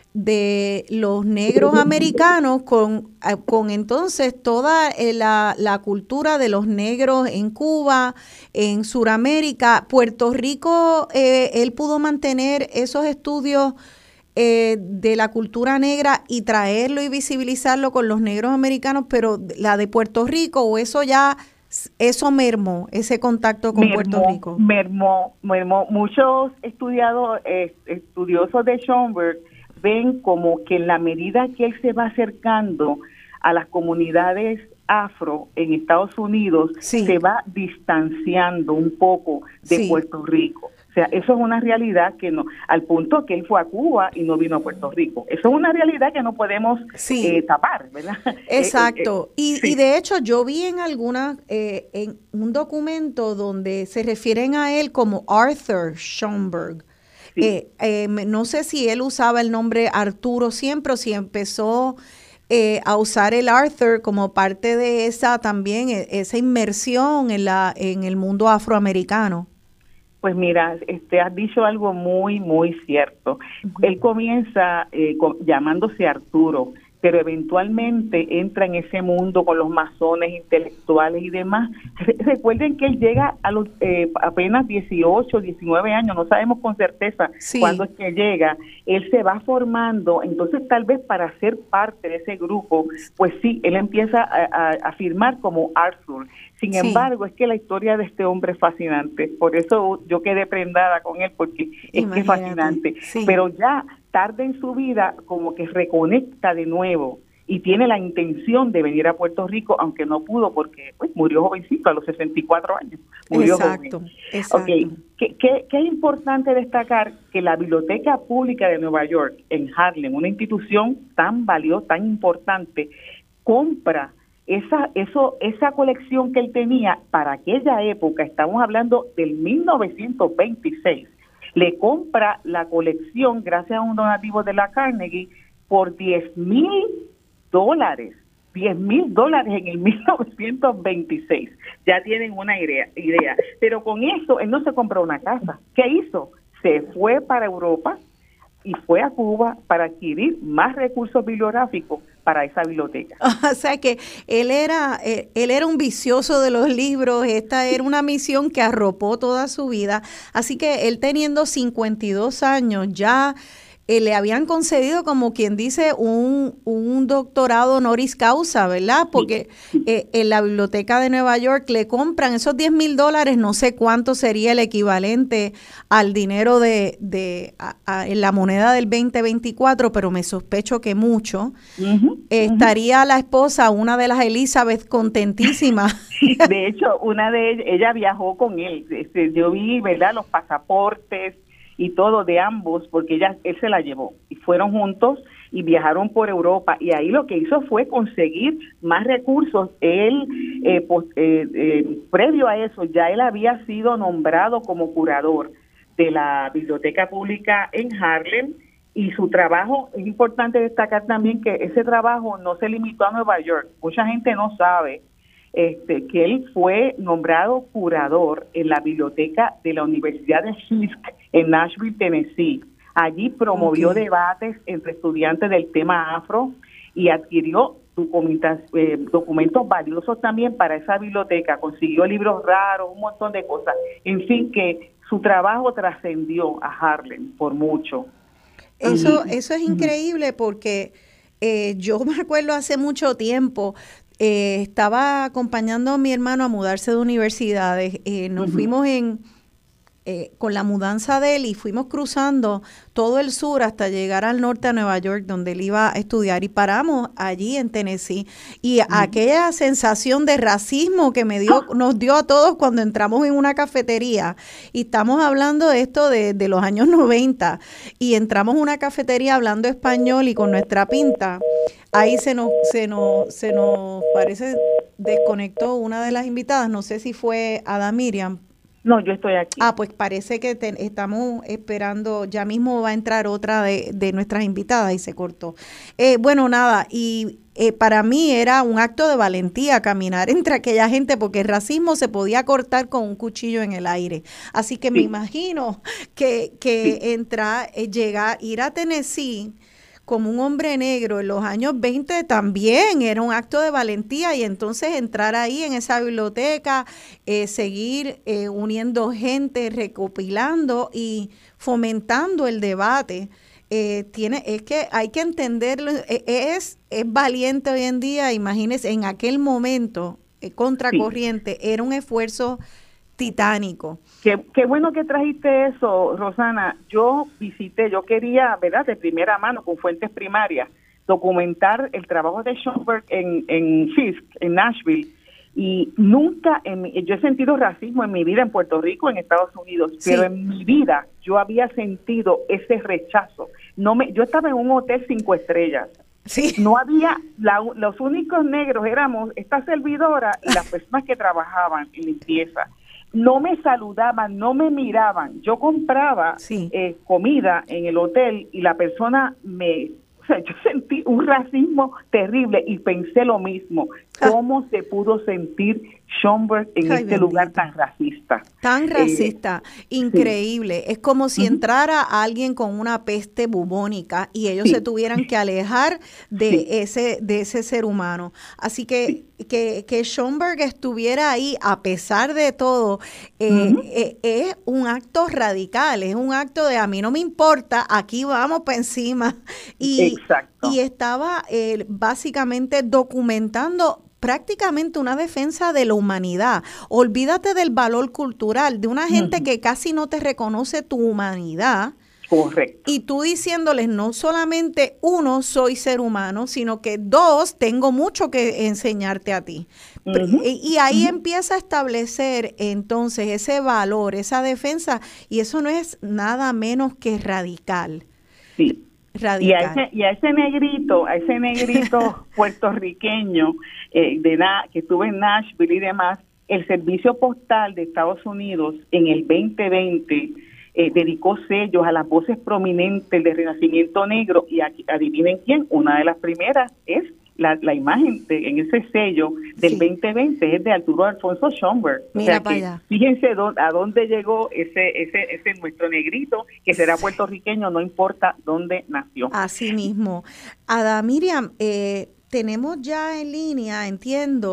de los negros americanos con, con entonces toda la, la cultura de los negros en Cuba, en Suramérica. Puerto Rico, eh, él pudo mantener esos estudios eh, de la cultura negra y traerlo y visibilizarlo con los negros americanos, pero la de Puerto Rico, o eso ya... Eso mermó, ese contacto con mermó, Puerto Rico. Mermó, mermó. Muchos estudiados, eh, estudiosos de Schomburg ven como que en la medida que él se va acercando a las comunidades afro en Estados Unidos, sí. se va distanciando un poco de sí. Puerto Rico. O sea, eso es una realidad que no, al punto que él fue a Cuba y no vino a Puerto Rico. Eso es una realidad que no podemos sí. eh, tapar, ¿verdad? Exacto. Eh, eh, y, sí. y de hecho yo vi en alguna, eh, en un documento donde se refieren a él como Arthur Schomburg. Sí. Eh, eh, no sé si él usaba el nombre Arturo siempre o si empezó eh, a usar el Arthur como parte de esa también, esa inmersión en, la, en el mundo afroamericano. Pues mira, este, has dicho algo muy, muy cierto. Uh-huh. Él comienza eh, con, llamándose Arturo, pero eventualmente entra en ese mundo con los masones intelectuales y demás. Re- recuerden que él llega a los eh, apenas dieciocho, diecinueve años, no sabemos con certeza sí. cuándo es que llega. Él se va formando, entonces tal vez para ser parte de ese grupo, pues sí, él empieza a, a, a firmar como Arthur. Sin sí. embargo, es que la historia de este hombre es fascinante, por eso yo quedé prendada con él, porque es Imagínate. que es fascinante. Sí. Pero ya tarde en su vida como que reconecta de nuevo y tiene la intención de venir a Puerto Rico, aunque no pudo porque pues, murió jovencito a los sesenta y cuatro años. Murió exacto, joven. exacto. Okay. ¿Qué, qué, qué es importante destacar? Que la Biblioteca Pública de Nueva York, en Harlem, una institución tan valiosa, tan importante, compra esa eso esa colección que él tenía para aquella época, estamos hablando del mil novecientos veintiséis, le compra la colección gracias a un donativo de la Carnegie por diez mil dólares, diez mil dólares en el mil novecientos veintiséis. Ya tienen una idea, idea. Pero con eso, él no se compró una casa. ¿Qué hizo? Se fue para Europa y fue a Cuba para adquirir más recursos bibliográficos para esa biblioteca. O sea que él era, él era un vicioso de los libros, esta era una misión que arropó toda su vida, así que él teniendo cincuenta y dos años ya eh, le habían concedido, como quien dice, un, un doctorado honoris causa, ¿verdad? Porque eh, en la Biblioteca de Nueva York le compran esos diez mil dólares, no sé cuánto sería el equivalente al dinero de, de a, a, en la moneda del veinte veinticuatro, pero me sospecho que mucho. Uh-huh, eh, uh-huh. Estaría la esposa, una de las Elizabeth, contentísima. De hecho, una de ellas, ella viajó con él. Este, yo vi, ¿verdad?, los pasaportes y todo de ambos, porque ella, él se la llevó y fueron juntos y viajaron por Europa, y ahí lo que hizo fue conseguir más recursos. Él, eh, pues, eh, eh, previo a eso, ya él había sido nombrado como curador de la Biblioteca Pública en Harlem, y su trabajo, es importante destacar también que ese trabajo no se limitó a Nueva York. Mucha gente no sabe Este, que él fue nombrado curador en la biblioteca de la Universidad de Fisk en Nashville, Tennessee. Allí promovió okay. debates entre estudiantes del tema afro y adquirió eh, documentos valiosos también para esa biblioteca. Consiguió libros raros, un montón de cosas. En fin, que su trabajo trascendió a Harlem por mucho. Eso, eso es increíble porque eh, yo me acuerdo hace mucho tiempo. Eh, estaba acompañando a mi hermano a mudarse de universidades. Eh, nos uh-huh. fuimos en eh, con la mudanza de él y fuimos cruzando todo el sur hasta llegar al norte a Nueva York, donde él iba a estudiar, y paramos allí en Tennessee. Y uh-huh. aquella sensación de racismo que me dio, nos dio a todos cuando entramos en una cafetería, y estamos hablando de esto de, de los años noventa, y entramos en una cafetería hablando español y con nuestra pinta. Ahí se nos, se nos, se nos parece desconectó una de las invitadas, no sé si fue Ada Miriam. No, yo estoy aquí. Ah, pues parece que te, estamos esperando, ya mismo va a entrar otra de, de nuestras invitadas y se cortó. Eh, bueno, nada, y eh, para mí era un acto de valentía caminar entre aquella gente, porque el racismo se podía cortar con un cuchillo en el aire. Así que sí. me imagino que, que sí. entrar, eh, llegar, ir a Tennessee como un hombre negro en los años veinte también era un acto de valentía, y entonces entrar ahí en esa biblioteca, eh, seguir eh, uniendo gente, recopilando y fomentando el debate, eh, tiene, es que hay que entenderlo, es, es valiente hoy en día. Imagínense, en aquel momento, eh, contracorriente, sí. era un esfuerzo titánico. Qué, qué bueno que trajiste eso, Rosana. Yo visité, yo quería, ¿verdad?, de primera mano, con fuentes primarias, documentar el trabajo de Schomburg en, en Fisk, en Nashville, y nunca, en mi, yo he sentido racismo en mi vida en Puerto Rico, en Estados Unidos, sí. pero en mi vida yo había sentido ese rechazo. No me, yo estaba en un hotel cinco estrellas. Sí. No había, la, los únicos negros éramos esta servidora y las personas que trabajaban en limpieza. No me saludaban, no me miraban. Yo compraba sí. eh, comida en el hotel y la persona me... O sea, yo sentí un racismo terrible y pensé lo mismo. ¿Cómo ah. se pudo sentir Schomburg en Ay, este bendito. lugar tan racista? Tan racista, eh, increíble. Sí. Es como si uh-huh. entrara alguien con una peste bubónica y ellos sí. se tuvieran que alejar de sí. ese de ese ser humano. Así que sí. que, que Schomburg estuviera ahí a pesar de todo, eh, uh-huh. eh, es un acto radical, es un acto de a mí no me importa, aquí vamos para encima. Y, Exacto. y estaba eh, básicamente documentando prácticamente una defensa de la humanidad. Olvídate del valor cultural, de una gente uh-huh. que casi no te reconoce tu humanidad. Correcto. Y tú diciéndoles, no solamente uno, soy ser humano, sino que dos, tengo mucho que enseñarte a ti. Uh-huh. Y, y ahí uh-huh. empieza a establecer entonces ese valor, esa defensa, y eso no es nada menos que radical. Sí. Y a, ese, y a ese negrito, a ese negrito puertorriqueño eh, de na, que estuvo en Nashville y demás, el Servicio Postal de Estados Unidos en el veinte veinte eh, dedicó sellos a las voces prominentes del Renacimiento Negro, y aquí, adivinen quién, una de las primeras es la, la imagen de, en ese sello del sí. veinte veinte es de Arturo Alfonso Schomburg. Mira, o sea, para allá. Fíjense dónde, a dónde llegó ese, ese, ese nuestro negrito, que será puertorriqueño, no importa dónde nació. Así mismo. Ada Miriam, eh, tenemos ya en línea, entiendo,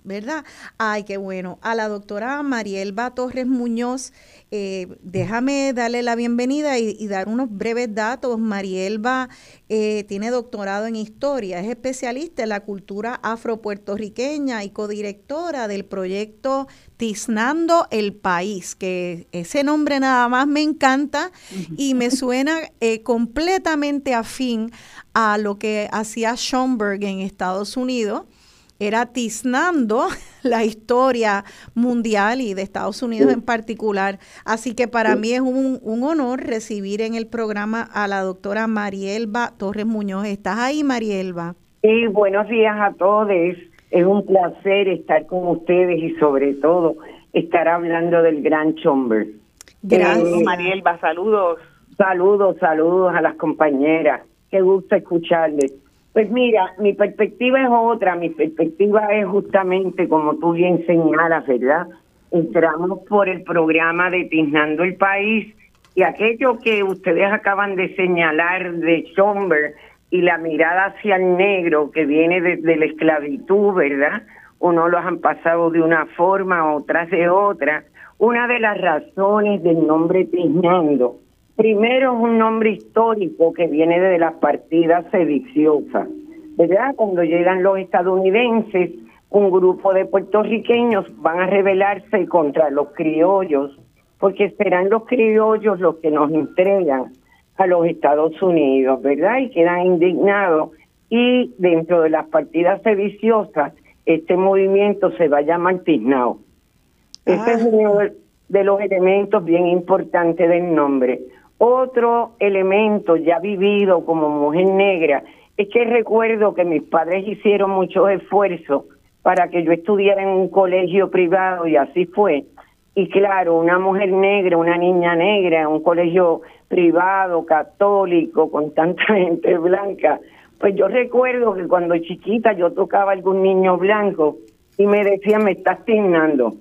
¿verdad? Ay, qué bueno. A la doctora Marielba Torres Muñoz, eh, déjame darle la bienvenida y, y dar unos breves datos. Marielba eh, tiene doctorado en historia, es especialista en la cultura afropuertorriqueña y codirectora del proyecto Tiznando el País, que ese nombre nada más me encanta y me suena eh, completamente afín a lo que hacía Schomburg en Estados Unidos. Era tiznando la historia mundial y de Estados Unidos en particular. Así que para mí es un, un honor recibir en el programa a la doctora Marielba Torres Muñoz. ¿Estás ahí, Marielba? Sí, buenos días a todos. Es un placer estar con ustedes y sobre todo estar hablando del gran Schomburg. Gracias. Eh, Marielba, saludos. Saludos, saludos a las compañeras. Qué gusto escucharles. Pues mira, mi perspectiva es otra, mi perspectiva es justamente como tú bien señalas, ¿verdad? Entramos por el programa de Tiznando el País y aquello que ustedes acaban de señalar de Schomburg y la mirada hacia el negro que viene de, de la esclavitud, ¿verdad? Unos los han pasado de una forma, otras de otra. Una de las razones del nombre Tiznando, primero es un nombre histórico que viene de las partidas sediciosas, ¿verdad? Cuando llegan los estadounidenses, un grupo de puertorriqueños van a rebelarse contra los criollos, porque serán los criollos los que nos entregan a los Estados Unidos, ¿verdad? Y quedan indignados. Y dentro de las partidas sediciosas, este movimiento se va a llamar Tiznao. Ah. Este es uno de los elementos bien importantes del nombre. Otro elemento ya vivido como mujer negra es que recuerdo que mis padres hicieron muchos esfuerzos para que yo estudiara en un colegio privado y así fue. Y claro, una mujer negra, una niña negra en un colegio privado, católico, con tanta gente blanca, pues yo recuerdo que cuando chiquita yo tocaba a algún niño blanco y me decía, me estás tiznando.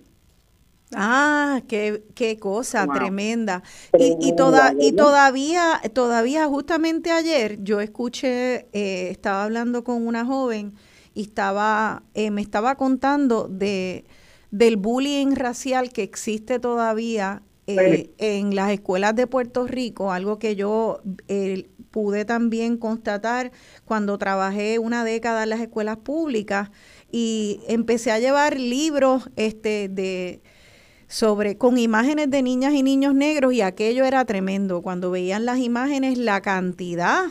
Ah, qué, qué cosa wow. tremenda. tremenda. Y, y, toda, y todavía, todavía justamente ayer yo escuché, eh, estaba hablando con una joven y estaba, eh, me estaba contando de del bullying racial que existe todavía eh, sí. en las escuelas de Puerto Rico, algo que yo eh, pude también constatar cuando trabajé una década en las escuelas públicas y empecé a llevar libros este de sobre con imágenes de niñas y niños negros y aquello era tremendo. Cuando veían las imágenes, la cantidad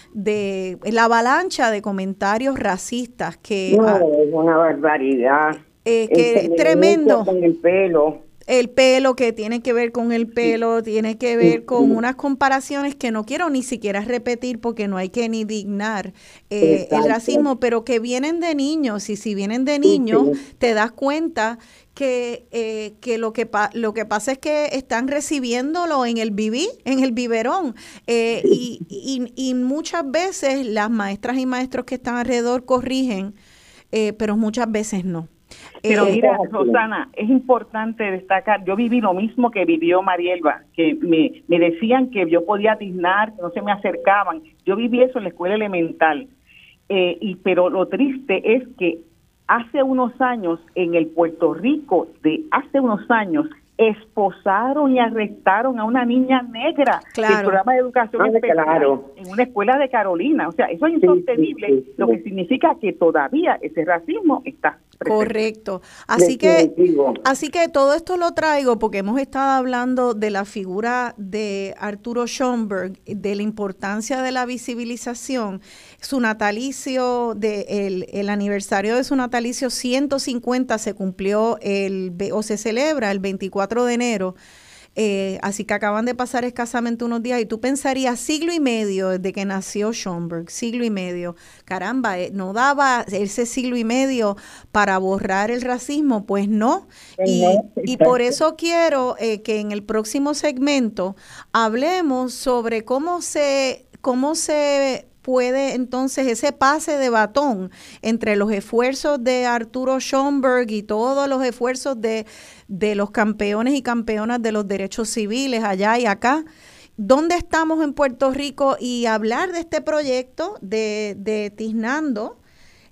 de, la avalancha de comentarios racistas que... No, es una barbaridad. Eh, que es tremendo. Con el pelo. El pelo, que tiene que ver con el pelo, tiene que ver con unas comparaciones que no quiero ni siquiera repetir porque no hay que ni dignar eh, el racismo, pero que vienen de niños y si vienen de niños sí, sí. te das cuenta que eh, que lo que pa lo que pasa es que están recibiéndolo en el bibí, en el biberón eh, y, y, y muchas veces las maestras y maestros que están alrededor corrigen, eh, pero muchas veces no. Pero mira, Rosana, es importante destacar, yo viví lo mismo que vivió Marielba, que me, me decían que yo podía tiznar, que no se me acercaban. Yo viví eso en la escuela elemental, eh, y pero lo triste es que hace unos años, en el Puerto Rico de hace unos años, esposaron y arrestaron a una niña negra claro. del programa de educación ah, especial claro. en una escuela de Carolina. O sea, eso es insostenible, sí, sí, sí. lo que significa que todavía ese racismo está presente. Correcto. Así que, así que todo esto lo traigo porque hemos estado hablando de la figura de Arturo Schomburg, de la importancia de la visibilización. Su natalicio, de el, el aniversario de su natalicio ciento cincuenta se cumplió el o se celebra el veinticuatro de enero, eh, así que acaban de pasar escasamente unos días y tú pensarías siglo y medio desde que nació Schomburg, siglo y medio, caramba, eh, no daba ese siglo y medio para borrar el racismo, pues no, y, y por eso quiero eh, que en el próximo segmento hablemos sobre cómo se, cómo se puede entonces ese pase de batón entre los esfuerzos de Arturo Schomburg y todos los esfuerzos de, de los campeones y campeonas de los derechos civiles allá y acá. ¿Dónde estamos en Puerto Rico? Y hablar de este proyecto de, de Tiznando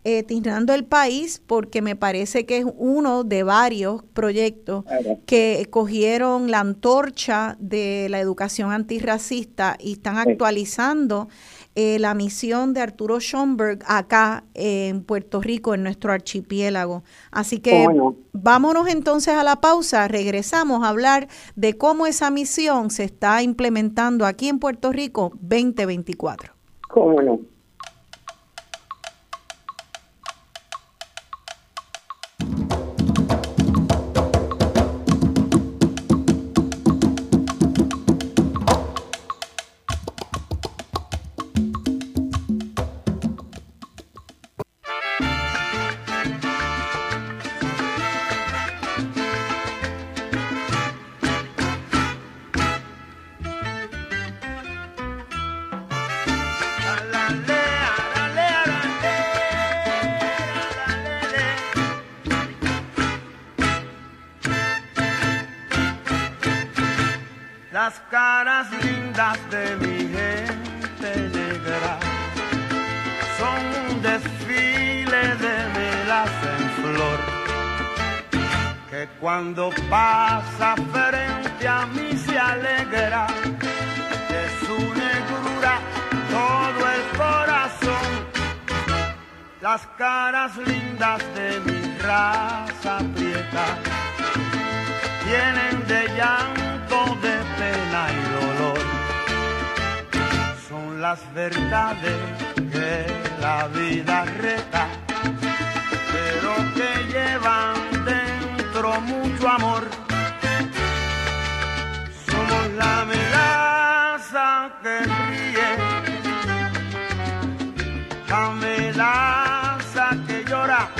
eh, Tiznando el País, porque me parece que es uno de varios proyectos que cogieron la antorcha de la educación antirracista y están actualizando eh, la misión de Arturo Schomburg acá eh, en Puerto Rico, en nuestro archipiélago. Así que bueno, vámonos entonces a la pausa, regresamos a hablar de cómo esa misión se está implementando aquí en Puerto Rico veinte veinticuatro. ¿Cómo no? Las caras lindas de mi gente negra son un desfile de melaza en flor, que cuando pasa frente a mí se alegra de su negrura todo el corazón. Las caras lindas de mi raza prieta tienen de llanto, de pena y dolor. Son las verdades que la vida reta, pero que llevan dentro mucho amor. Somos la melaza que ríe, la melaza que llora.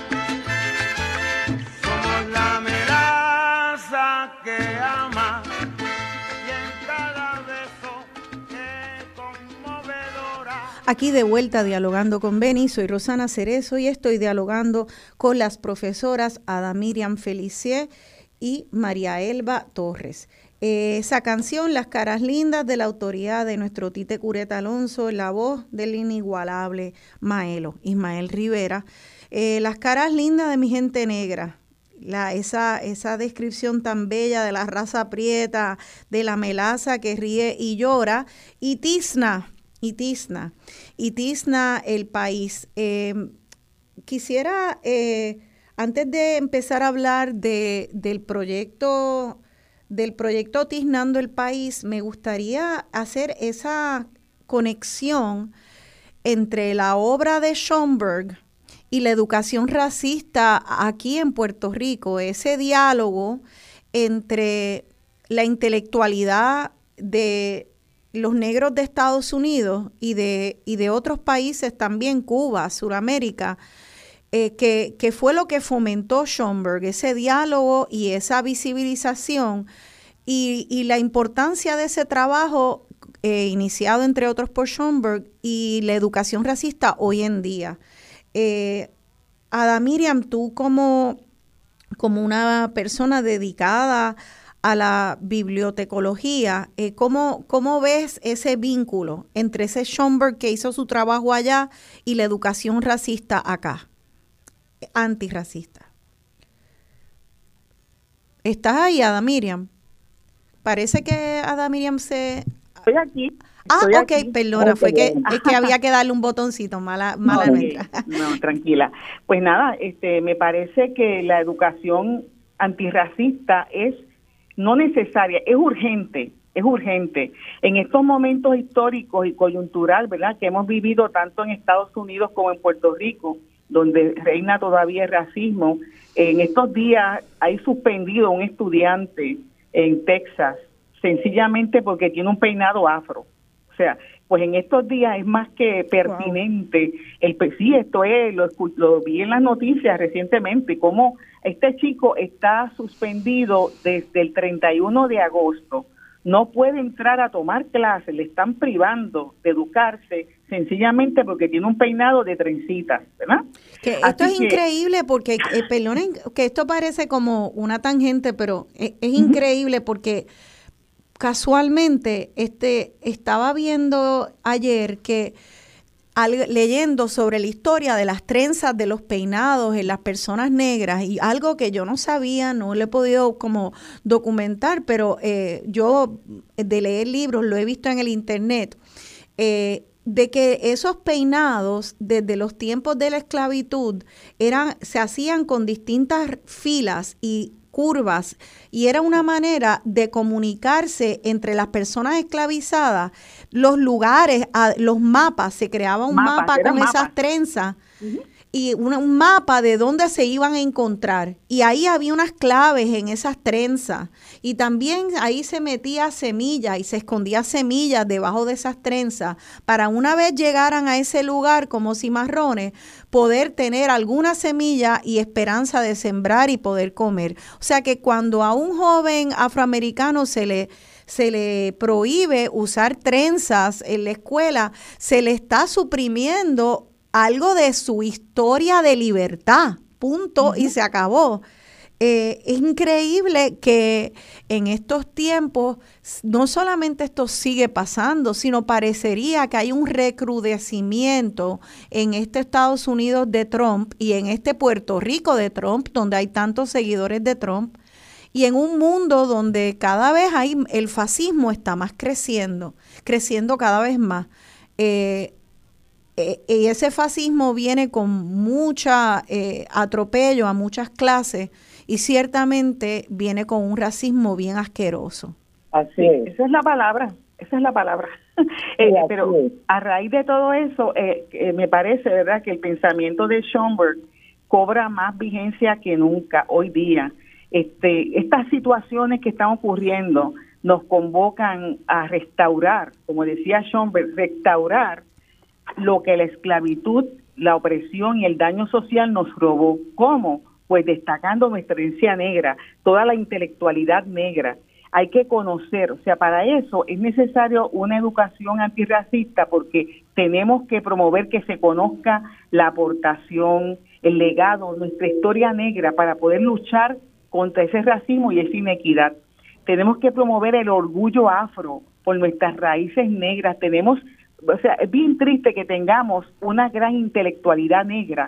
Somos la melaza que ama, y en cada beso que conmovedora. Aquí de vuelta dialogando con Beni, soy Rosana Cerezo y estoy dialogando con las profesoras Ada Miriam Felicier y María Elba Torres. Eh, esa canción, Las Caras Lindas, de la autoría de nuestro Tite Cureta Alonso, en la voz del inigualable Maelo, Ismael Rivera. Eh, Las Caras Lindas de mi gente negra. La, esa, esa descripción tan bella de la raza prieta, de la melaza que ríe y llora, y tizna, y tizna, y tizna el país. Eh, quisiera, eh, antes de empezar a hablar de, del proyecto, del proyecto Tiznando el País, me gustaría hacer esa conexión entre la obra de Schomburg y la educación racista aquí en Puerto Rico, ese diálogo entre la intelectualidad de los negros de Estados Unidos y de, y de otros países también, Cuba, Suramérica, eh, que, que fue lo que fomentó Schomburg, ese diálogo y esa visibilización y, y la importancia de ese trabajo eh, iniciado entre otros por Schomburg y la educación racista hoy en día. Eh, Ada Miriam, tú como, como una persona dedicada a la bibliotecología, eh, ¿cómo, ¿cómo ves ese vínculo entre ese Schomburg que hizo su trabajo allá y la educación racista acá, antirracista? ¿Estás ahí, Ada Miriam? Parece que Ada Miriam se... Estoy aquí. Ah, Estoy ok, aquí. perdona, fue que, es que había que darle un botoncito, mala, mala no, nuestra. No, tranquila. Pues nada, este, me parece que la educación antirracista es no necesaria, es urgente, es urgente. En estos momentos históricos y coyuntural, ¿verdad?, que hemos vivido tanto en Estados Unidos como en Puerto Rico, donde reina todavía el racismo, en estos días hay suspendido a un estudiante en Texas, sencillamente porque tiene un peinado afro. O sea, pues en estos días es más que pertinente. Wow. El, sí, esto es, lo, lo vi en las noticias recientemente, cómo este chico está suspendido desde el treinta y uno de agosto. No puede entrar a tomar clases, le están privando de educarse sencillamente porque tiene un peinado de trencitas, ¿verdad? Que esto Así es que, increíble porque, eh, perdonen, que esto parece como una tangente, pero es, es uh-huh. increíble porque... Casualmente, este, estaba viendo ayer que al, leyendo sobre la historia de las trenzas, de los peinados en las personas negras, y algo que yo no sabía, no le he podido como documentar, pero eh, yo de leer libros lo he visto en el internet, eh, de que esos peinados desde los tiempos de la esclavitud eran, se hacían con distintas filas y curvas, y era una manera de comunicarse entre las personas esclavizadas, los lugares, los mapas, se creaba un Mapas, mapa con mapas. esas trenzas, uh-huh. y una, un mapa de dónde se iban a encontrar, y ahí había unas claves en esas trenzas, y también ahí se metía semillas y se escondía semillas debajo de esas trenzas, para una vez llegaran a ese lugar como cimarrones, poder tener alguna semilla y esperanza de sembrar y poder comer. O sea que cuando a un joven afroamericano se le se le prohíbe usar trenzas en la escuela, se le está suprimiendo algo de su historia de libertad, punto, uh-huh. y se acabó. Eh, es increíble que en estos tiempos no solamente esto sigue pasando, sino parecería que hay un recrudecimiento en este Estados Unidos de Trump y en este Puerto Rico de Trump, donde hay tantos seguidores de Trump, y en un mundo donde cada vez hay, el fascismo está más creciendo, creciendo cada vez más. Eh, eh, y ese fascismo viene con mucha eh, atropello a muchas clases, y ciertamente viene con un racismo bien asqueroso. Así es. Esa es la palabra, esa es la palabra. eh, pero a raíz de todo eso, eh, eh, me parece, ¿verdad?, que el pensamiento de Schomburg cobra más vigencia que nunca hoy día. Este, estas situaciones que están ocurriendo nos convocan a restaurar, como decía Schomburg, restaurar lo que la esclavitud, la opresión y el daño social nos robó. ¿Cómo? Pues destacando nuestra herencia negra, toda la intelectualidad negra. Hay que conocer, o sea, para eso es necesario una educación antirracista, porque tenemos que promover que se conozca la aportación, el legado, nuestra historia negra, para poder luchar contra ese racismo y esa inequidad. Tenemos que promover el orgullo afro por nuestras raíces negras. Tenemos, o sea, es bien triste que tengamos una gran intelectualidad negra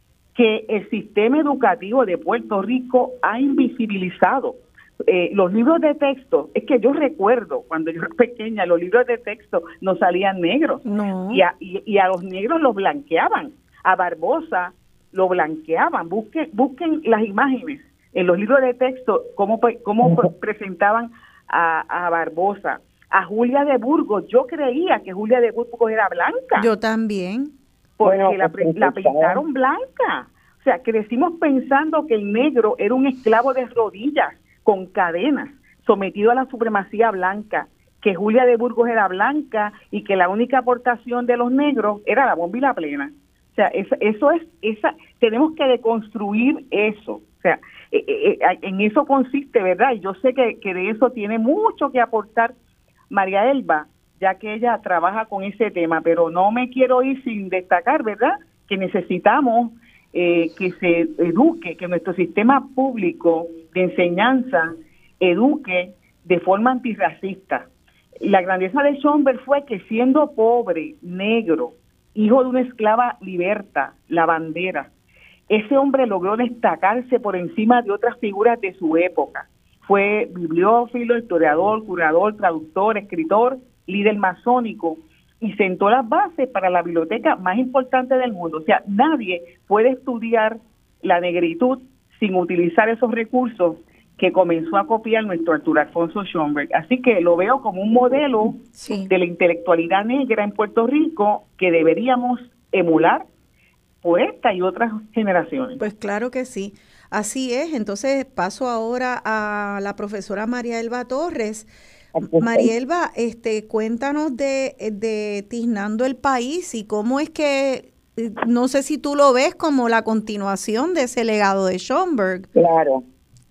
que el sistema educativo de Puerto Rico ha invisibilizado. Eh, los libros de texto, es que yo recuerdo cuando yo era pequeña, los libros de texto no salían negros, no. y, a, y, y a los negros los blanqueaban, a Barbosa lo blanqueaban. Busquen, busquen las imágenes en los libros de texto, cómo, cómo presentaban a, a Barbosa, a Julia de Burgos. Yo creía que Julia de Burgos era blanca. Yo también. Porque bueno, la, la pintaron blanca. O sea, crecimos pensando que el negro era un esclavo de rodillas, con cadenas, sometido a la supremacía blanca, que Julia de Burgos era blanca y que la única aportación de los negros era la bomba y la plena. O sea, eso, eso es, esa, tenemos que deconstruir eso. O sea, eh, eh, en eso consiste, ¿verdad? Y yo sé que, que de eso tiene mucho que aportar María Elba, ya que ella trabaja con ese tema, pero no me quiero ir sin destacar, ¿verdad?, que necesitamos eh, que se eduque, que nuestro sistema público de enseñanza eduque de forma antirracista. La grandeza de Schomburg fue que, siendo pobre, negro, hijo de una esclava liberta, la bandera, ese hombre logró destacarse por encima de otras figuras de su época. Fue bibliófilo, historiador, curador, traductor, escritor, líder masónico, y sentó las bases para la biblioteca más importante del mundo. O sea, nadie puede estudiar la negritud sin utilizar esos recursos que comenzó a copiar nuestro Arturo Alfonso Schomburg. Así que lo veo como un modelo sí. de la intelectualidad negra en Puerto Rico que deberíamos emular por esta y otras generaciones. Pues claro que sí. Así es. Entonces paso ahora a la profesora María Elba Torres. María Elba, este, cuéntanos de, de Tiznando el País y cómo es que, no sé si tú lo ves como la continuación de ese legado de Schomburg. Claro,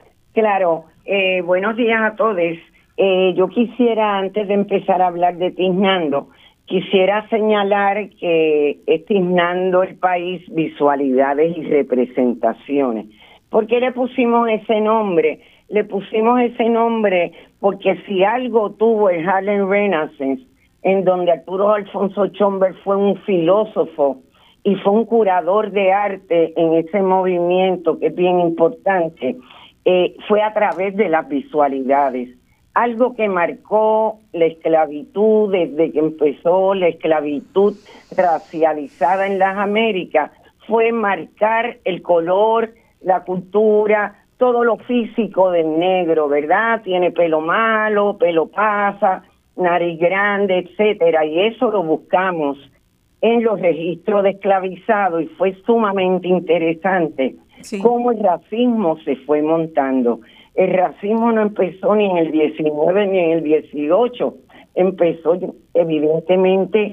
claro. Eh, buenos días a todos. Eh, yo quisiera, antes de empezar a hablar de Tiznando, quisiera señalar que es Tiznando el País, visualidades y representaciones. ¿Por qué le pusimos ese nombre? Le pusimos ese nombre porque si algo tuvo el Harlem Renaissance en donde Arturo Alfonso Chomber fue un filósofo y fue un curador de arte en ese movimiento que es bien importante, eh, fue a través de las visualidades. Algo que marcó la esclavitud desde que empezó la esclavitud racializada en las Américas fue marcar el color, la cultura, todo lo físico del negro, ¿verdad? Tiene pelo malo, pelo pasa, nariz grande, etcétera, y eso lo buscamos en los registros de esclavizados y fue sumamente interesante sí. cómo el racismo se fue montando. El racismo no empezó ni en el diecinueve ni en el dieciocho, empezó evidentemente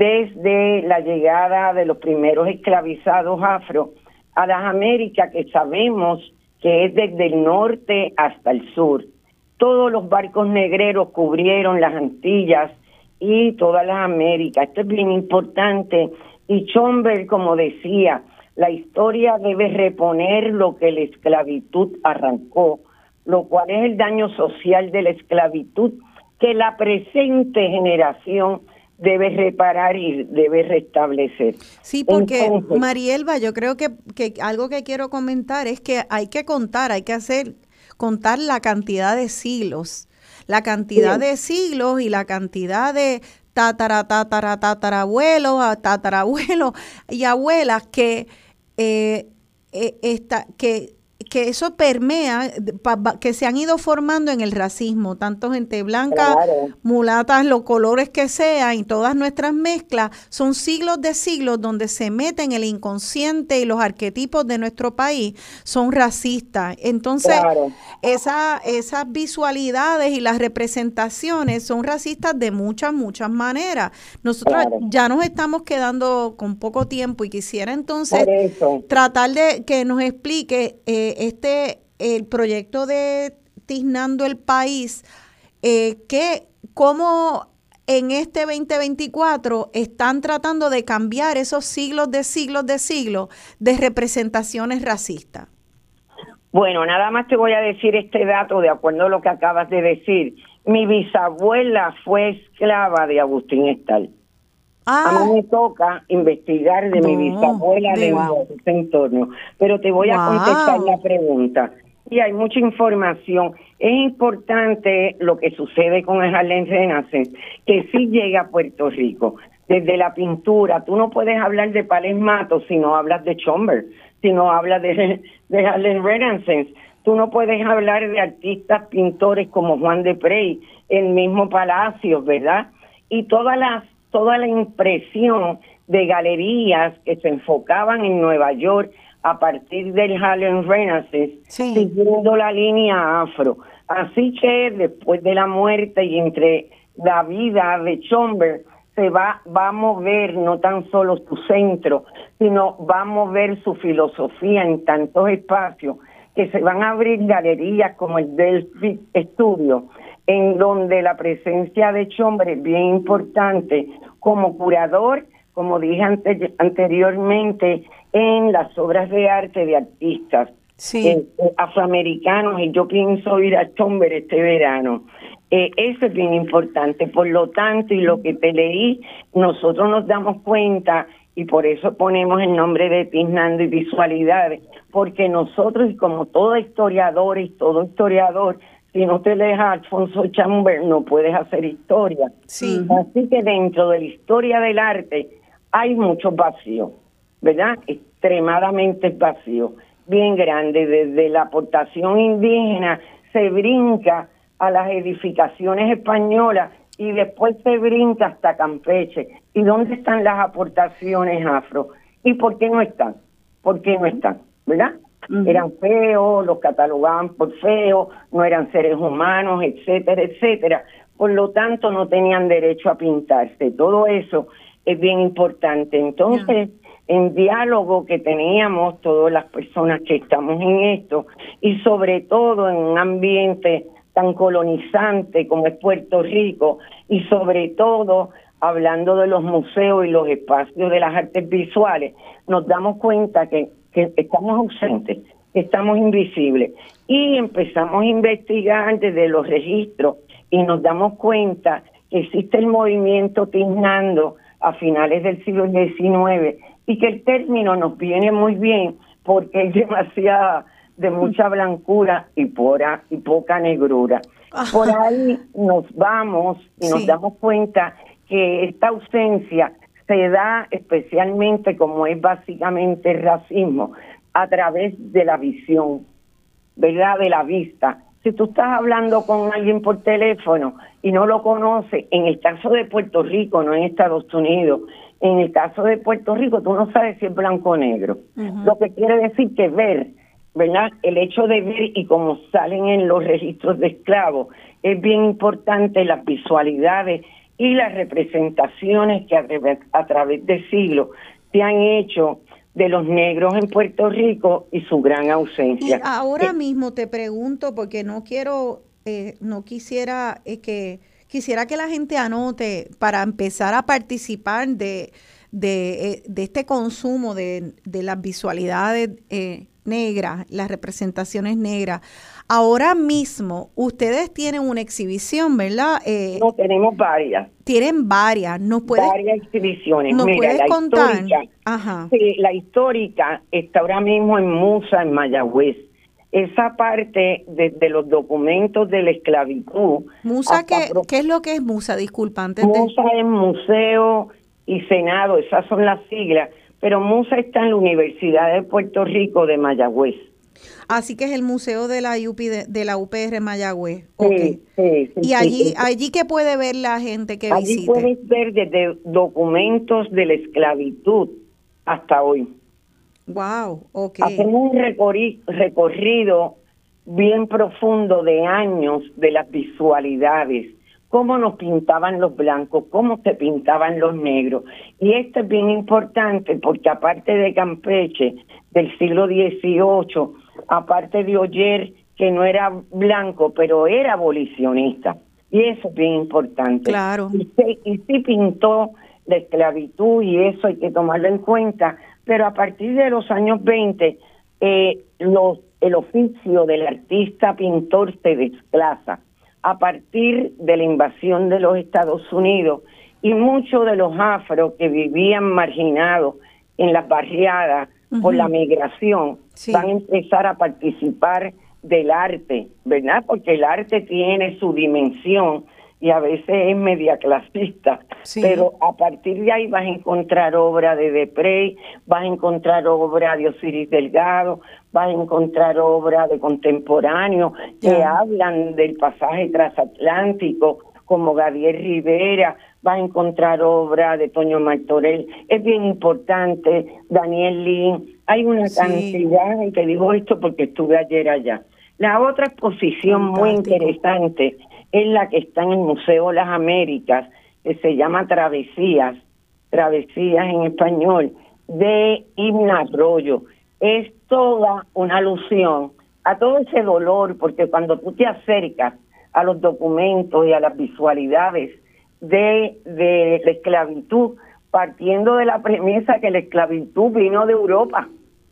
desde la llegada de los primeros esclavizados afro a las Américas, que sabemos que es desde el norte hasta el sur. Todos los barcos negreros cubrieron las Antillas y todas las Américas. Esto es bien importante. Y Chomber, como decía, la historia debe reponer lo que la esclavitud arrancó, lo cual es el daño social de la esclavitud que la presente generación debe reparar y debe restablecer. Sí, porque Entonces, Marielba, yo creo que, que algo que quiero comentar es que hay que contar, hay que hacer, contar la cantidad de siglos, la cantidad sí. de siglos y la cantidad de tatara, tatara, tatarabuelos, tatarabuelos y abuelas que eh, eh, esta, que que eso permea, que se han ido formando en el racismo, tanto gente blanca, claro. mulatas, los colores que sean, y todas nuestras mezclas, son siglos de siglos donde se meten el inconsciente y los arquetipos de nuestro país son racistas. Entonces, claro. esa, esas visualidades y las representaciones son racistas de muchas, muchas maneras. Nosotros claro. ya nos estamos quedando con poco tiempo y quisiera entonces tratar de que nos explique eh, este el proyecto de Tiznando el País, eh, que cómo en este veinte veinticuatro están tratando de cambiar esos siglos de siglos de siglos de representaciones racistas. Bueno, nada más te voy a decir este dato de acuerdo a lo que acabas de decir. Mi bisabuela fue esclava de Agustín Estal. Ah. A mí me toca investigar de no, mi bisabuela de wow. ese entorno, pero te voy wow. a contestar la pregunta. Y hay mucha información. Es importante lo que sucede con el Harlem Renaissance, que sí llega a Puerto Rico. Desde la pintura, tú no puedes hablar de Pales Matos si no hablas de Chomber, si no hablas de, de Harlem Renaissance. Tú no puedes hablar de artistas, pintores como Juan de Prey, el mismo Palacios, ¿verdad? Y todas las toda la impresión de galerías que se enfocaban en Nueva York a partir del Harlem Renaissance, sí. siguiendo la línea afro. Así que después de la muerte y entre la vida de Chomber, se va, va a mover no tan solo su centro, sino va a mover su filosofía en tantos espacios, que se van a abrir galerías como el Delphi Studio, en donde la presencia de Chomber es bien importante como curador, como dije ante, anteriormente, en las obras de arte de artistas sí. eh, afroamericanos, y yo pienso ir a Chomber este verano. Eh, eso es bien importante. Por lo tanto, y lo que te leí, nosotros nos damos cuenta, y por eso ponemos el nombre de Tiznando y Visualidades, porque nosotros, y como todo historiador y todo historiador, si no te lees a Alfonso Chomber, no puedes hacer historia. Sí. Así que dentro de la historia del arte hay muchos vacíos, ¿verdad? Extremadamente vacíos, bien grandes. Desde la aportación indígena se brinca a las edificaciones españolas y después se brinca hasta Campeche. ¿Y dónde están las aportaciones afro? ¿Y por qué no están? ¿Por qué no están? ¿Verdad? Uh-huh. Eran feos, los catalogaban por feos, no eran seres humanos, etcétera, etcétera. Por lo tanto, no tenían derecho a pintarse. Todo eso es bien importante. Entonces, uh-huh. en diálogo que teníamos todas las personas que estamos en esto, y sobre todo en un ambiente tan colonizante como es Puerto Rico, y sobre todo hablando de los museos y los espacios de las artes visuales, nos damos cuenta que que estamos ausentes, que estamos invisibles. Y empezamos a investigar desde los registros y nos damos cuenta que existe el movimiento tiznando a finales del siglo diecinueve y que el término nos viene muy bien porque es demasiada, de mucha blancura y, pora, y poca negrura. Por ahí nos vamos y nos sí. damos cuenta que esta ausencia se da especialmente, como es básicamente el racismo, a través de la visión, ¿verdad? De la vista. Si tú estás hablando con alguien por teléfono y no lo conoces, en el caso de Puerto Rico, no en Estados Unidos, en el caso de Puerto Rico tú no sabes si es blanco o negro. Uh-huh. Lo que quiere decir que ver, ¿verdad? El hecho de ver y como salen en los registros de esclavos, es bien importante las visualidades y las representaciones que a, a través de siglos se han hecho de los negros en Puerto Rico y su gran ausencia. Y ahora eh, mismo te pregunto, porque no quiero, eh, no quisiera eh, que, quisiera que la gente anote para empezar a participar de, de, de este consumo de, de las visualidades eh, negras, las representaciones negras. Ahora mismo ustedes tienen una exhibición, ¿verdad? Eh, no, tenemos varias. Tienen varias. ¿Nos puedes, varias exhibiciones. ¿Nos Mira, puedes la contar? Histórica, Ajá. Sí, la histórica está ahora mismo en Musa, en Mayagüez. Esa parte de, de los documentos de la esclavitud. ¿Musa qué, pro... qué es lo que es Musa? Disculpa, antes Musa de... es Museo y Senado, esas son las siglas. Pero Musa está en la Universidad de Puerto Rico de Mayagüez. Así que es el Museo de la U P de, de la U P R Mayagüez. Sí, okay. sí, sí, y allí, sí. allí ¿qué puede ver la gente que allí visite? Allí puedes ver desde documentos de la esclavitud hasta hoy. Wow, ok. Hacemos un recorri recorrido bien profundo de años de las visualidades, cómo nos pintaban los blancos, cómo se pintaban los negros. Y esto es bien importante porque aparte de Campeche del siglo dieciocho, aparte de Oyer, que no era blanco, pero era abolicionista. Y eso es bien importante. Claro. Y sí, y sí pintó la esclavitud y eso hay que tomarlo en cuenta, pero a partir de los años veinte, eh, los, el oficio del artista pintor se desplaza a partir de la invasión de los Estados Unidos y muchos de los afros que vivían marginados en las barriadas uh-huh. por la migración sí. van a empezar a participar del arte, ¿verdad? Porque el arte tiene su dimensión y a veces es media clasista, sí. pero a partir de ahí vas a encontrar obra de Deprey, vas a encontrar obra de Osiris Delgado, vas a encontrar obra de contemporáneos yeah. que hablan del pasaje transatlántico, como Gabriel Rivera, vas a encontrar obra de Toño Martorell, es bien importante, Daniel Lin, hay una sí. cantidad, y te digo esto porque estuve ayer allá. La otra exposición Fantástico. muy interesante es la que está en el Museo Las Américas, que se llama Travesías, Travesías en español, de Himna Arroyo. Es toda una alusión a todo ese dolor, porque cuando tú te acercas a los documentos y a las visualidades de, de la esclavitud, partiendo de la premisa que la esclavitud vino de Europa.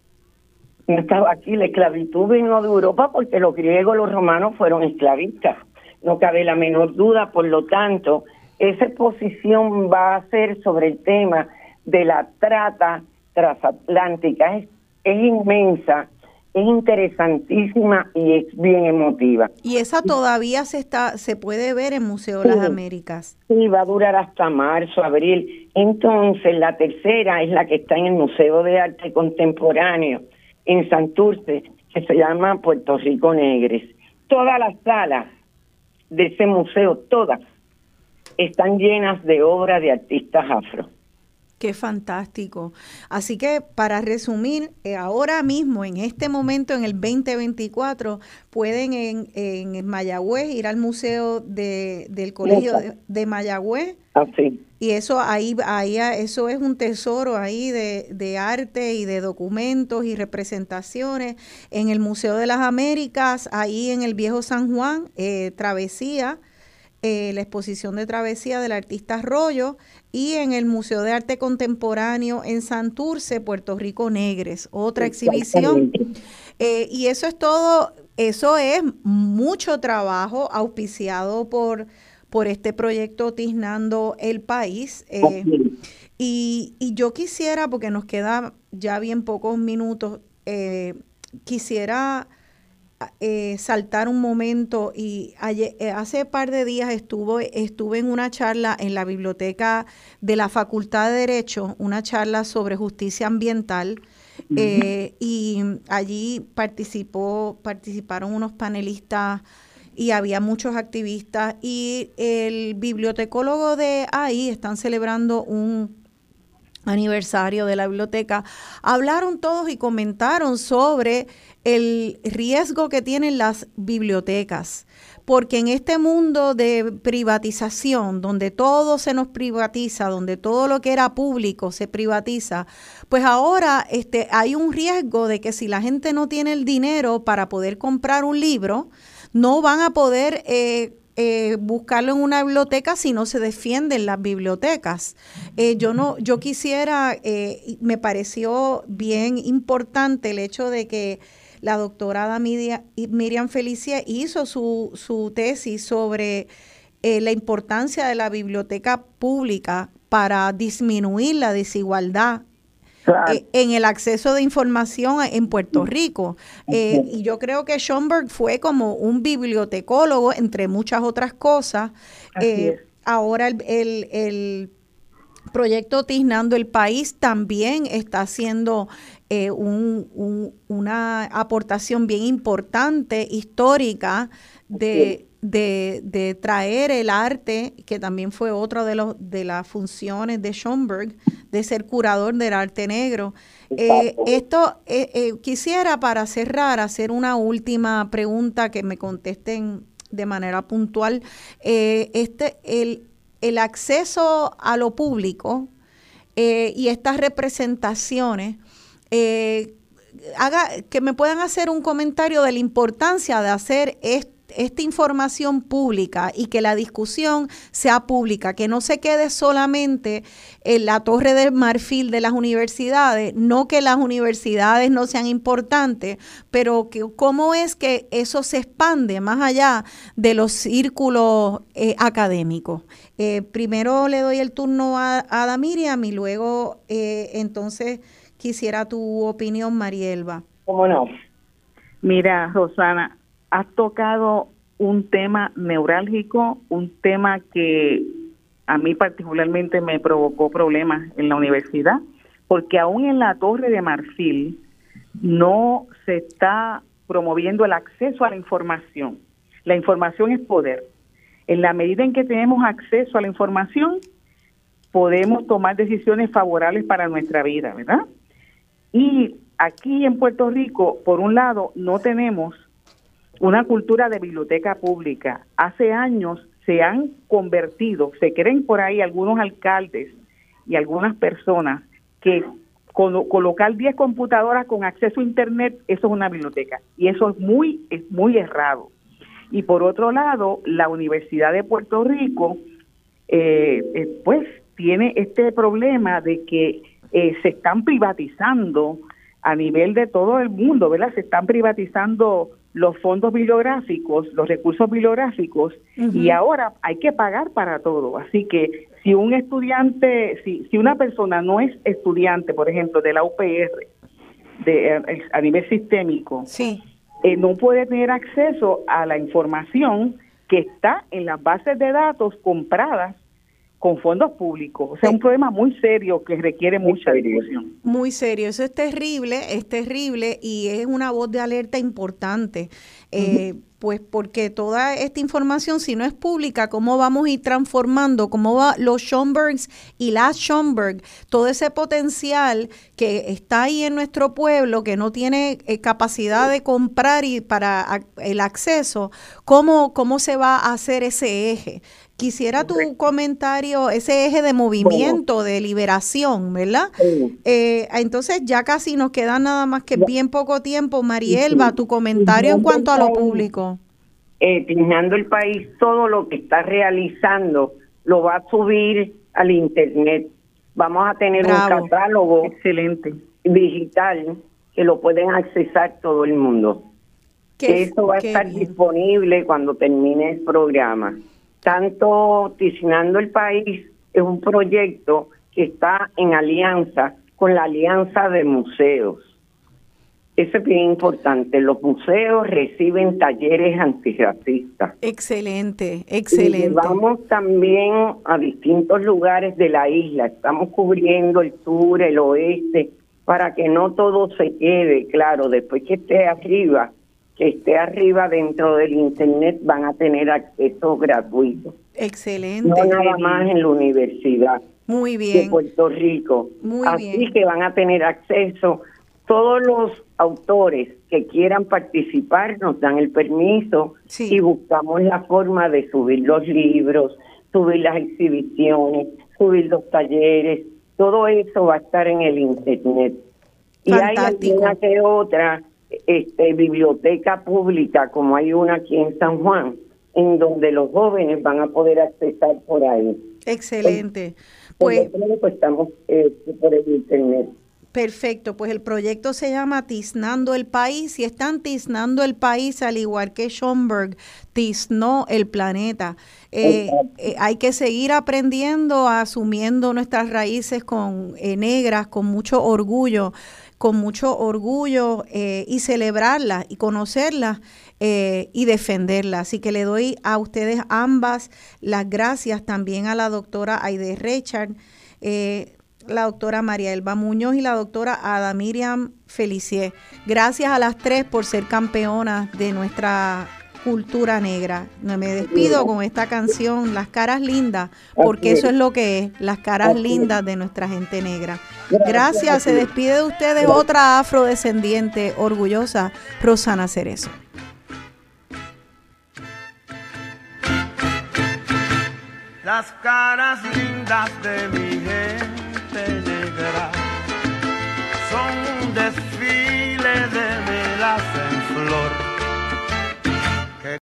No estaba aquí, la esclavitud vino de Europa porque los griegos, los romanos fueron esclavistas. No cabe la menor duda, por lo tanto, esa exposición va a ser sobre el tema de la trata transatlántica. Es, es inmensa, es interesantísima y es bien emotiva. Y esa todavía se está se puede ver en Museo sí, Las Américas. Sí, va a durar hasta marzo, abril. Entonces, la tercera es la que está en el Museo de Arte Contemporáneo en Santurce, que se llama Puerto Rico Negres. Todas las salas de ese museo, todas, están llenas de obras de artistas afro. Qué fantástico. Así que para resumir, eh, ahora mismo, en este momento, en el veinte veinticuatro, pueden en, en Mayagüez ir al Museo de, del Colegio de, de Mayagüez. Así. Y eso ahí, ahí eso es un tesoro ahí de, de arte y de documentos y representaciones. En el Museo de las Américas, ahí en el Viejo San Juan, eh, Travesía, eh, la exposición de Travesía del artista Arroyo, y en el Museo de Arte Contemporáneo en Santurce, Puerto Rico Negres, otra exhibición. Eh, y eso es todo, eso es mucho trabajo auspiciado por por este proyecto Tiznando el País. Eh, y, y yo quisiera, porque nos queda ya bien pocos minutos, eh, quisiera eh, saltar un momento. Y ayer, eh, hace par de días estuvo, estuve en una charla en la biblioteca de la Facultad de Derecho, una charla sobre justicia ambiental. Eh, y allí participó, participaron unos panelistas y había muchos activistas, y el bibliotecólogo de ahí están celebrando un aniversario de la biblioteca. Hablaron todos y comentaron sobre el riesgo que tienen las bibliotecas, porque en este mundo de privatización, donde todo se nos privatiza, donde todo lo que era público se privatiza, pues ahora este, hay un riesgo de que si la gente no tiene el dinero para poder comprar un libro, no van a poder eh, eh, buscarlo en una biblioteca si no se defienden las bibliotecas. Eh, yo no, yo quisiera, eh, me pareció bien importante el hecho de que la doctora Miriam Felicia hizo su, su tesis sobre eh, la importancia de la biblioteca pública para disminuir la desigualdad claro. eh, en el acceso de información en Puerto Rico. Eh, y yo creo que Schomburg fue como un bibliotecólogo, entre muchas otras cosas. Eh, ahora el, el, el proyecto Tiznando el País también está haciendo eh, un, un, una aportación bien importante, histórica, de, de, de traer el arte, que también fue otra de, los, de las funciones de Schomburg, de ser curador del arte negro. Eh, esto eh, eh, quisiera, para cerrar, hacer una última pregunta que me contesten de manera puntual. Eh, este, el, el acceso a lo público eh, y estas representaciones, eh, haga, que me puedan hacer un comentario de la importancia de hacer esto, esta información pública, y que la discusión sea pública, que no se quede solamente en la torre del marfil de las universidades, no que las universidades no sean importantes, pero que cómo es que eso se expande más allá de los círculos eh, académicos. Eh, primero le doy el turno a, a Damiriam y luego eh, entonces quisiera tu opinión, Marielba. ¿Cómo no? Mira, Rosana, has tocado un tema neurálgico, un tema que a mí particularmente me provocó problemas en la universidad, porque aún en la Torre de Marfil no se está promoviendo el acceso a la información. La información es poder. En la medida en que tenemos acceso a la información, podemos tomar decisiones favorables para nuestra vida, ¿verdad? Y aquí en Puerto Rico, por un lado, no tenemos una cultura de biblioteca pública. Hace años se han convertido, se creen por ahí algunos alcaldes y algunas personas que con, colocar diez computadoras con acceso a internet, eso es una biblioteca. Y eso es muy, es muy errado. Y por otro lado, la Universidad de Puerto Rico, eh, eh, pues, tiene este problema de que eh, se están privatizando a nivel de todo el mundo, ¿verdad? Se están privatizando los fondos bibliográficos, los recursos bibliográficos, uh-huh. y ahora hay que pagar para todo. Así que si un estudiante, si, si una persona no es estudiante, por ejemplo, de la U P R, de, a nivel sistémico, sí. eh, no puede tener acceso a la información que está en las bases de datos compradas con fondos públicos. O sea, sí. un problema muy serio que requiere mucha discusión. Muy serio, eso es terrible, es terrible y es una voz de alerta importante, eh, uh-huh. pues porque toda esta información, si no es pública, ¿cómo vamos a ir transformando? ¿Cómo va los Schomburgs y las Schomburg? Todo ese potencial que está ahí en nuestro pueblo, que no tiene eh, capacidad de comprar y para a, el acceso, ¿cómo, cómo se va a hacer ese eje? Quisiera tu comentario, ese eje de movimiento, bueno. de liberación, ¿verdad? Sí. Eh, entonces ya casi nos queda nada más que bien poco tiempo. Marielba, tu comentario en cuanto a lo público. Eh, Tiznando el País, todo lo que está realizando lo va a subir al internet. Vamos a tener Bravo. un catálogo excelente digital que lo pueden accesar todo el mundo. Que eso va a estar bien. disponible cuando termine el programa. tanto Tiznando el País es un proyecto que está en alianza con la Alianza de Museos. Eso es bien importante. Los museos reciben talleres antirracistas. Excelente, excelente. Y vamos también a distintos lugares de la isla. Estamos cubriendo el sur, el oeste, para que no todo se quede. Claro, después que esté arriba, que esté arriba dentro del internet, van a tener acceso gratuito. Excelente. No nada más en la universidad. Muy bien. De Puerto Rico. Muy Así bien. que van a tener acceso. Todos los autores que quieran participar nos dan el permiso Sí. y buscamos la forma de subir los libros, subir las exhibiciones, subir los talleres. Todo eso va a estar en el internet. Y Fantástico. hay alguna que otra este, biblioteca pública, como hay una aquí en San Juan, en donde los jóvenes van a poder accesar por ahí. Excelente. Por Pues lo pronto estamos eh, por el internet. perfecto, pues el proyecto se llama Tiznando el País y están tiznando el país al igual que Schomburg tiznó el planeta. Eh, eh, hay que seguir aprendiendo, asumiendo nuestras raíces con eh, negras, con mucho orgullo, con mucho orgullo eh, y celebrarlas y conocerlas eh, y defenderlas. Así que le doy a ustedes ambas las gracias, también a la doctora Aide Richard, eh, la doctora María Elba Muñoz y la doctora Ada Miriam Felicier. Gracias a las tres por ser campeonas de nuestra cultura negra. Me despido con esta canción, Las Caras Lindas, porque eso es lo que es, las caras lindas de nuestra gente negra. Gracias, se despide de ustedes otra afrodescendiente orgullosa, Rosana Cerezo. Las caras lindas de mi gente negra son un desfile de melaza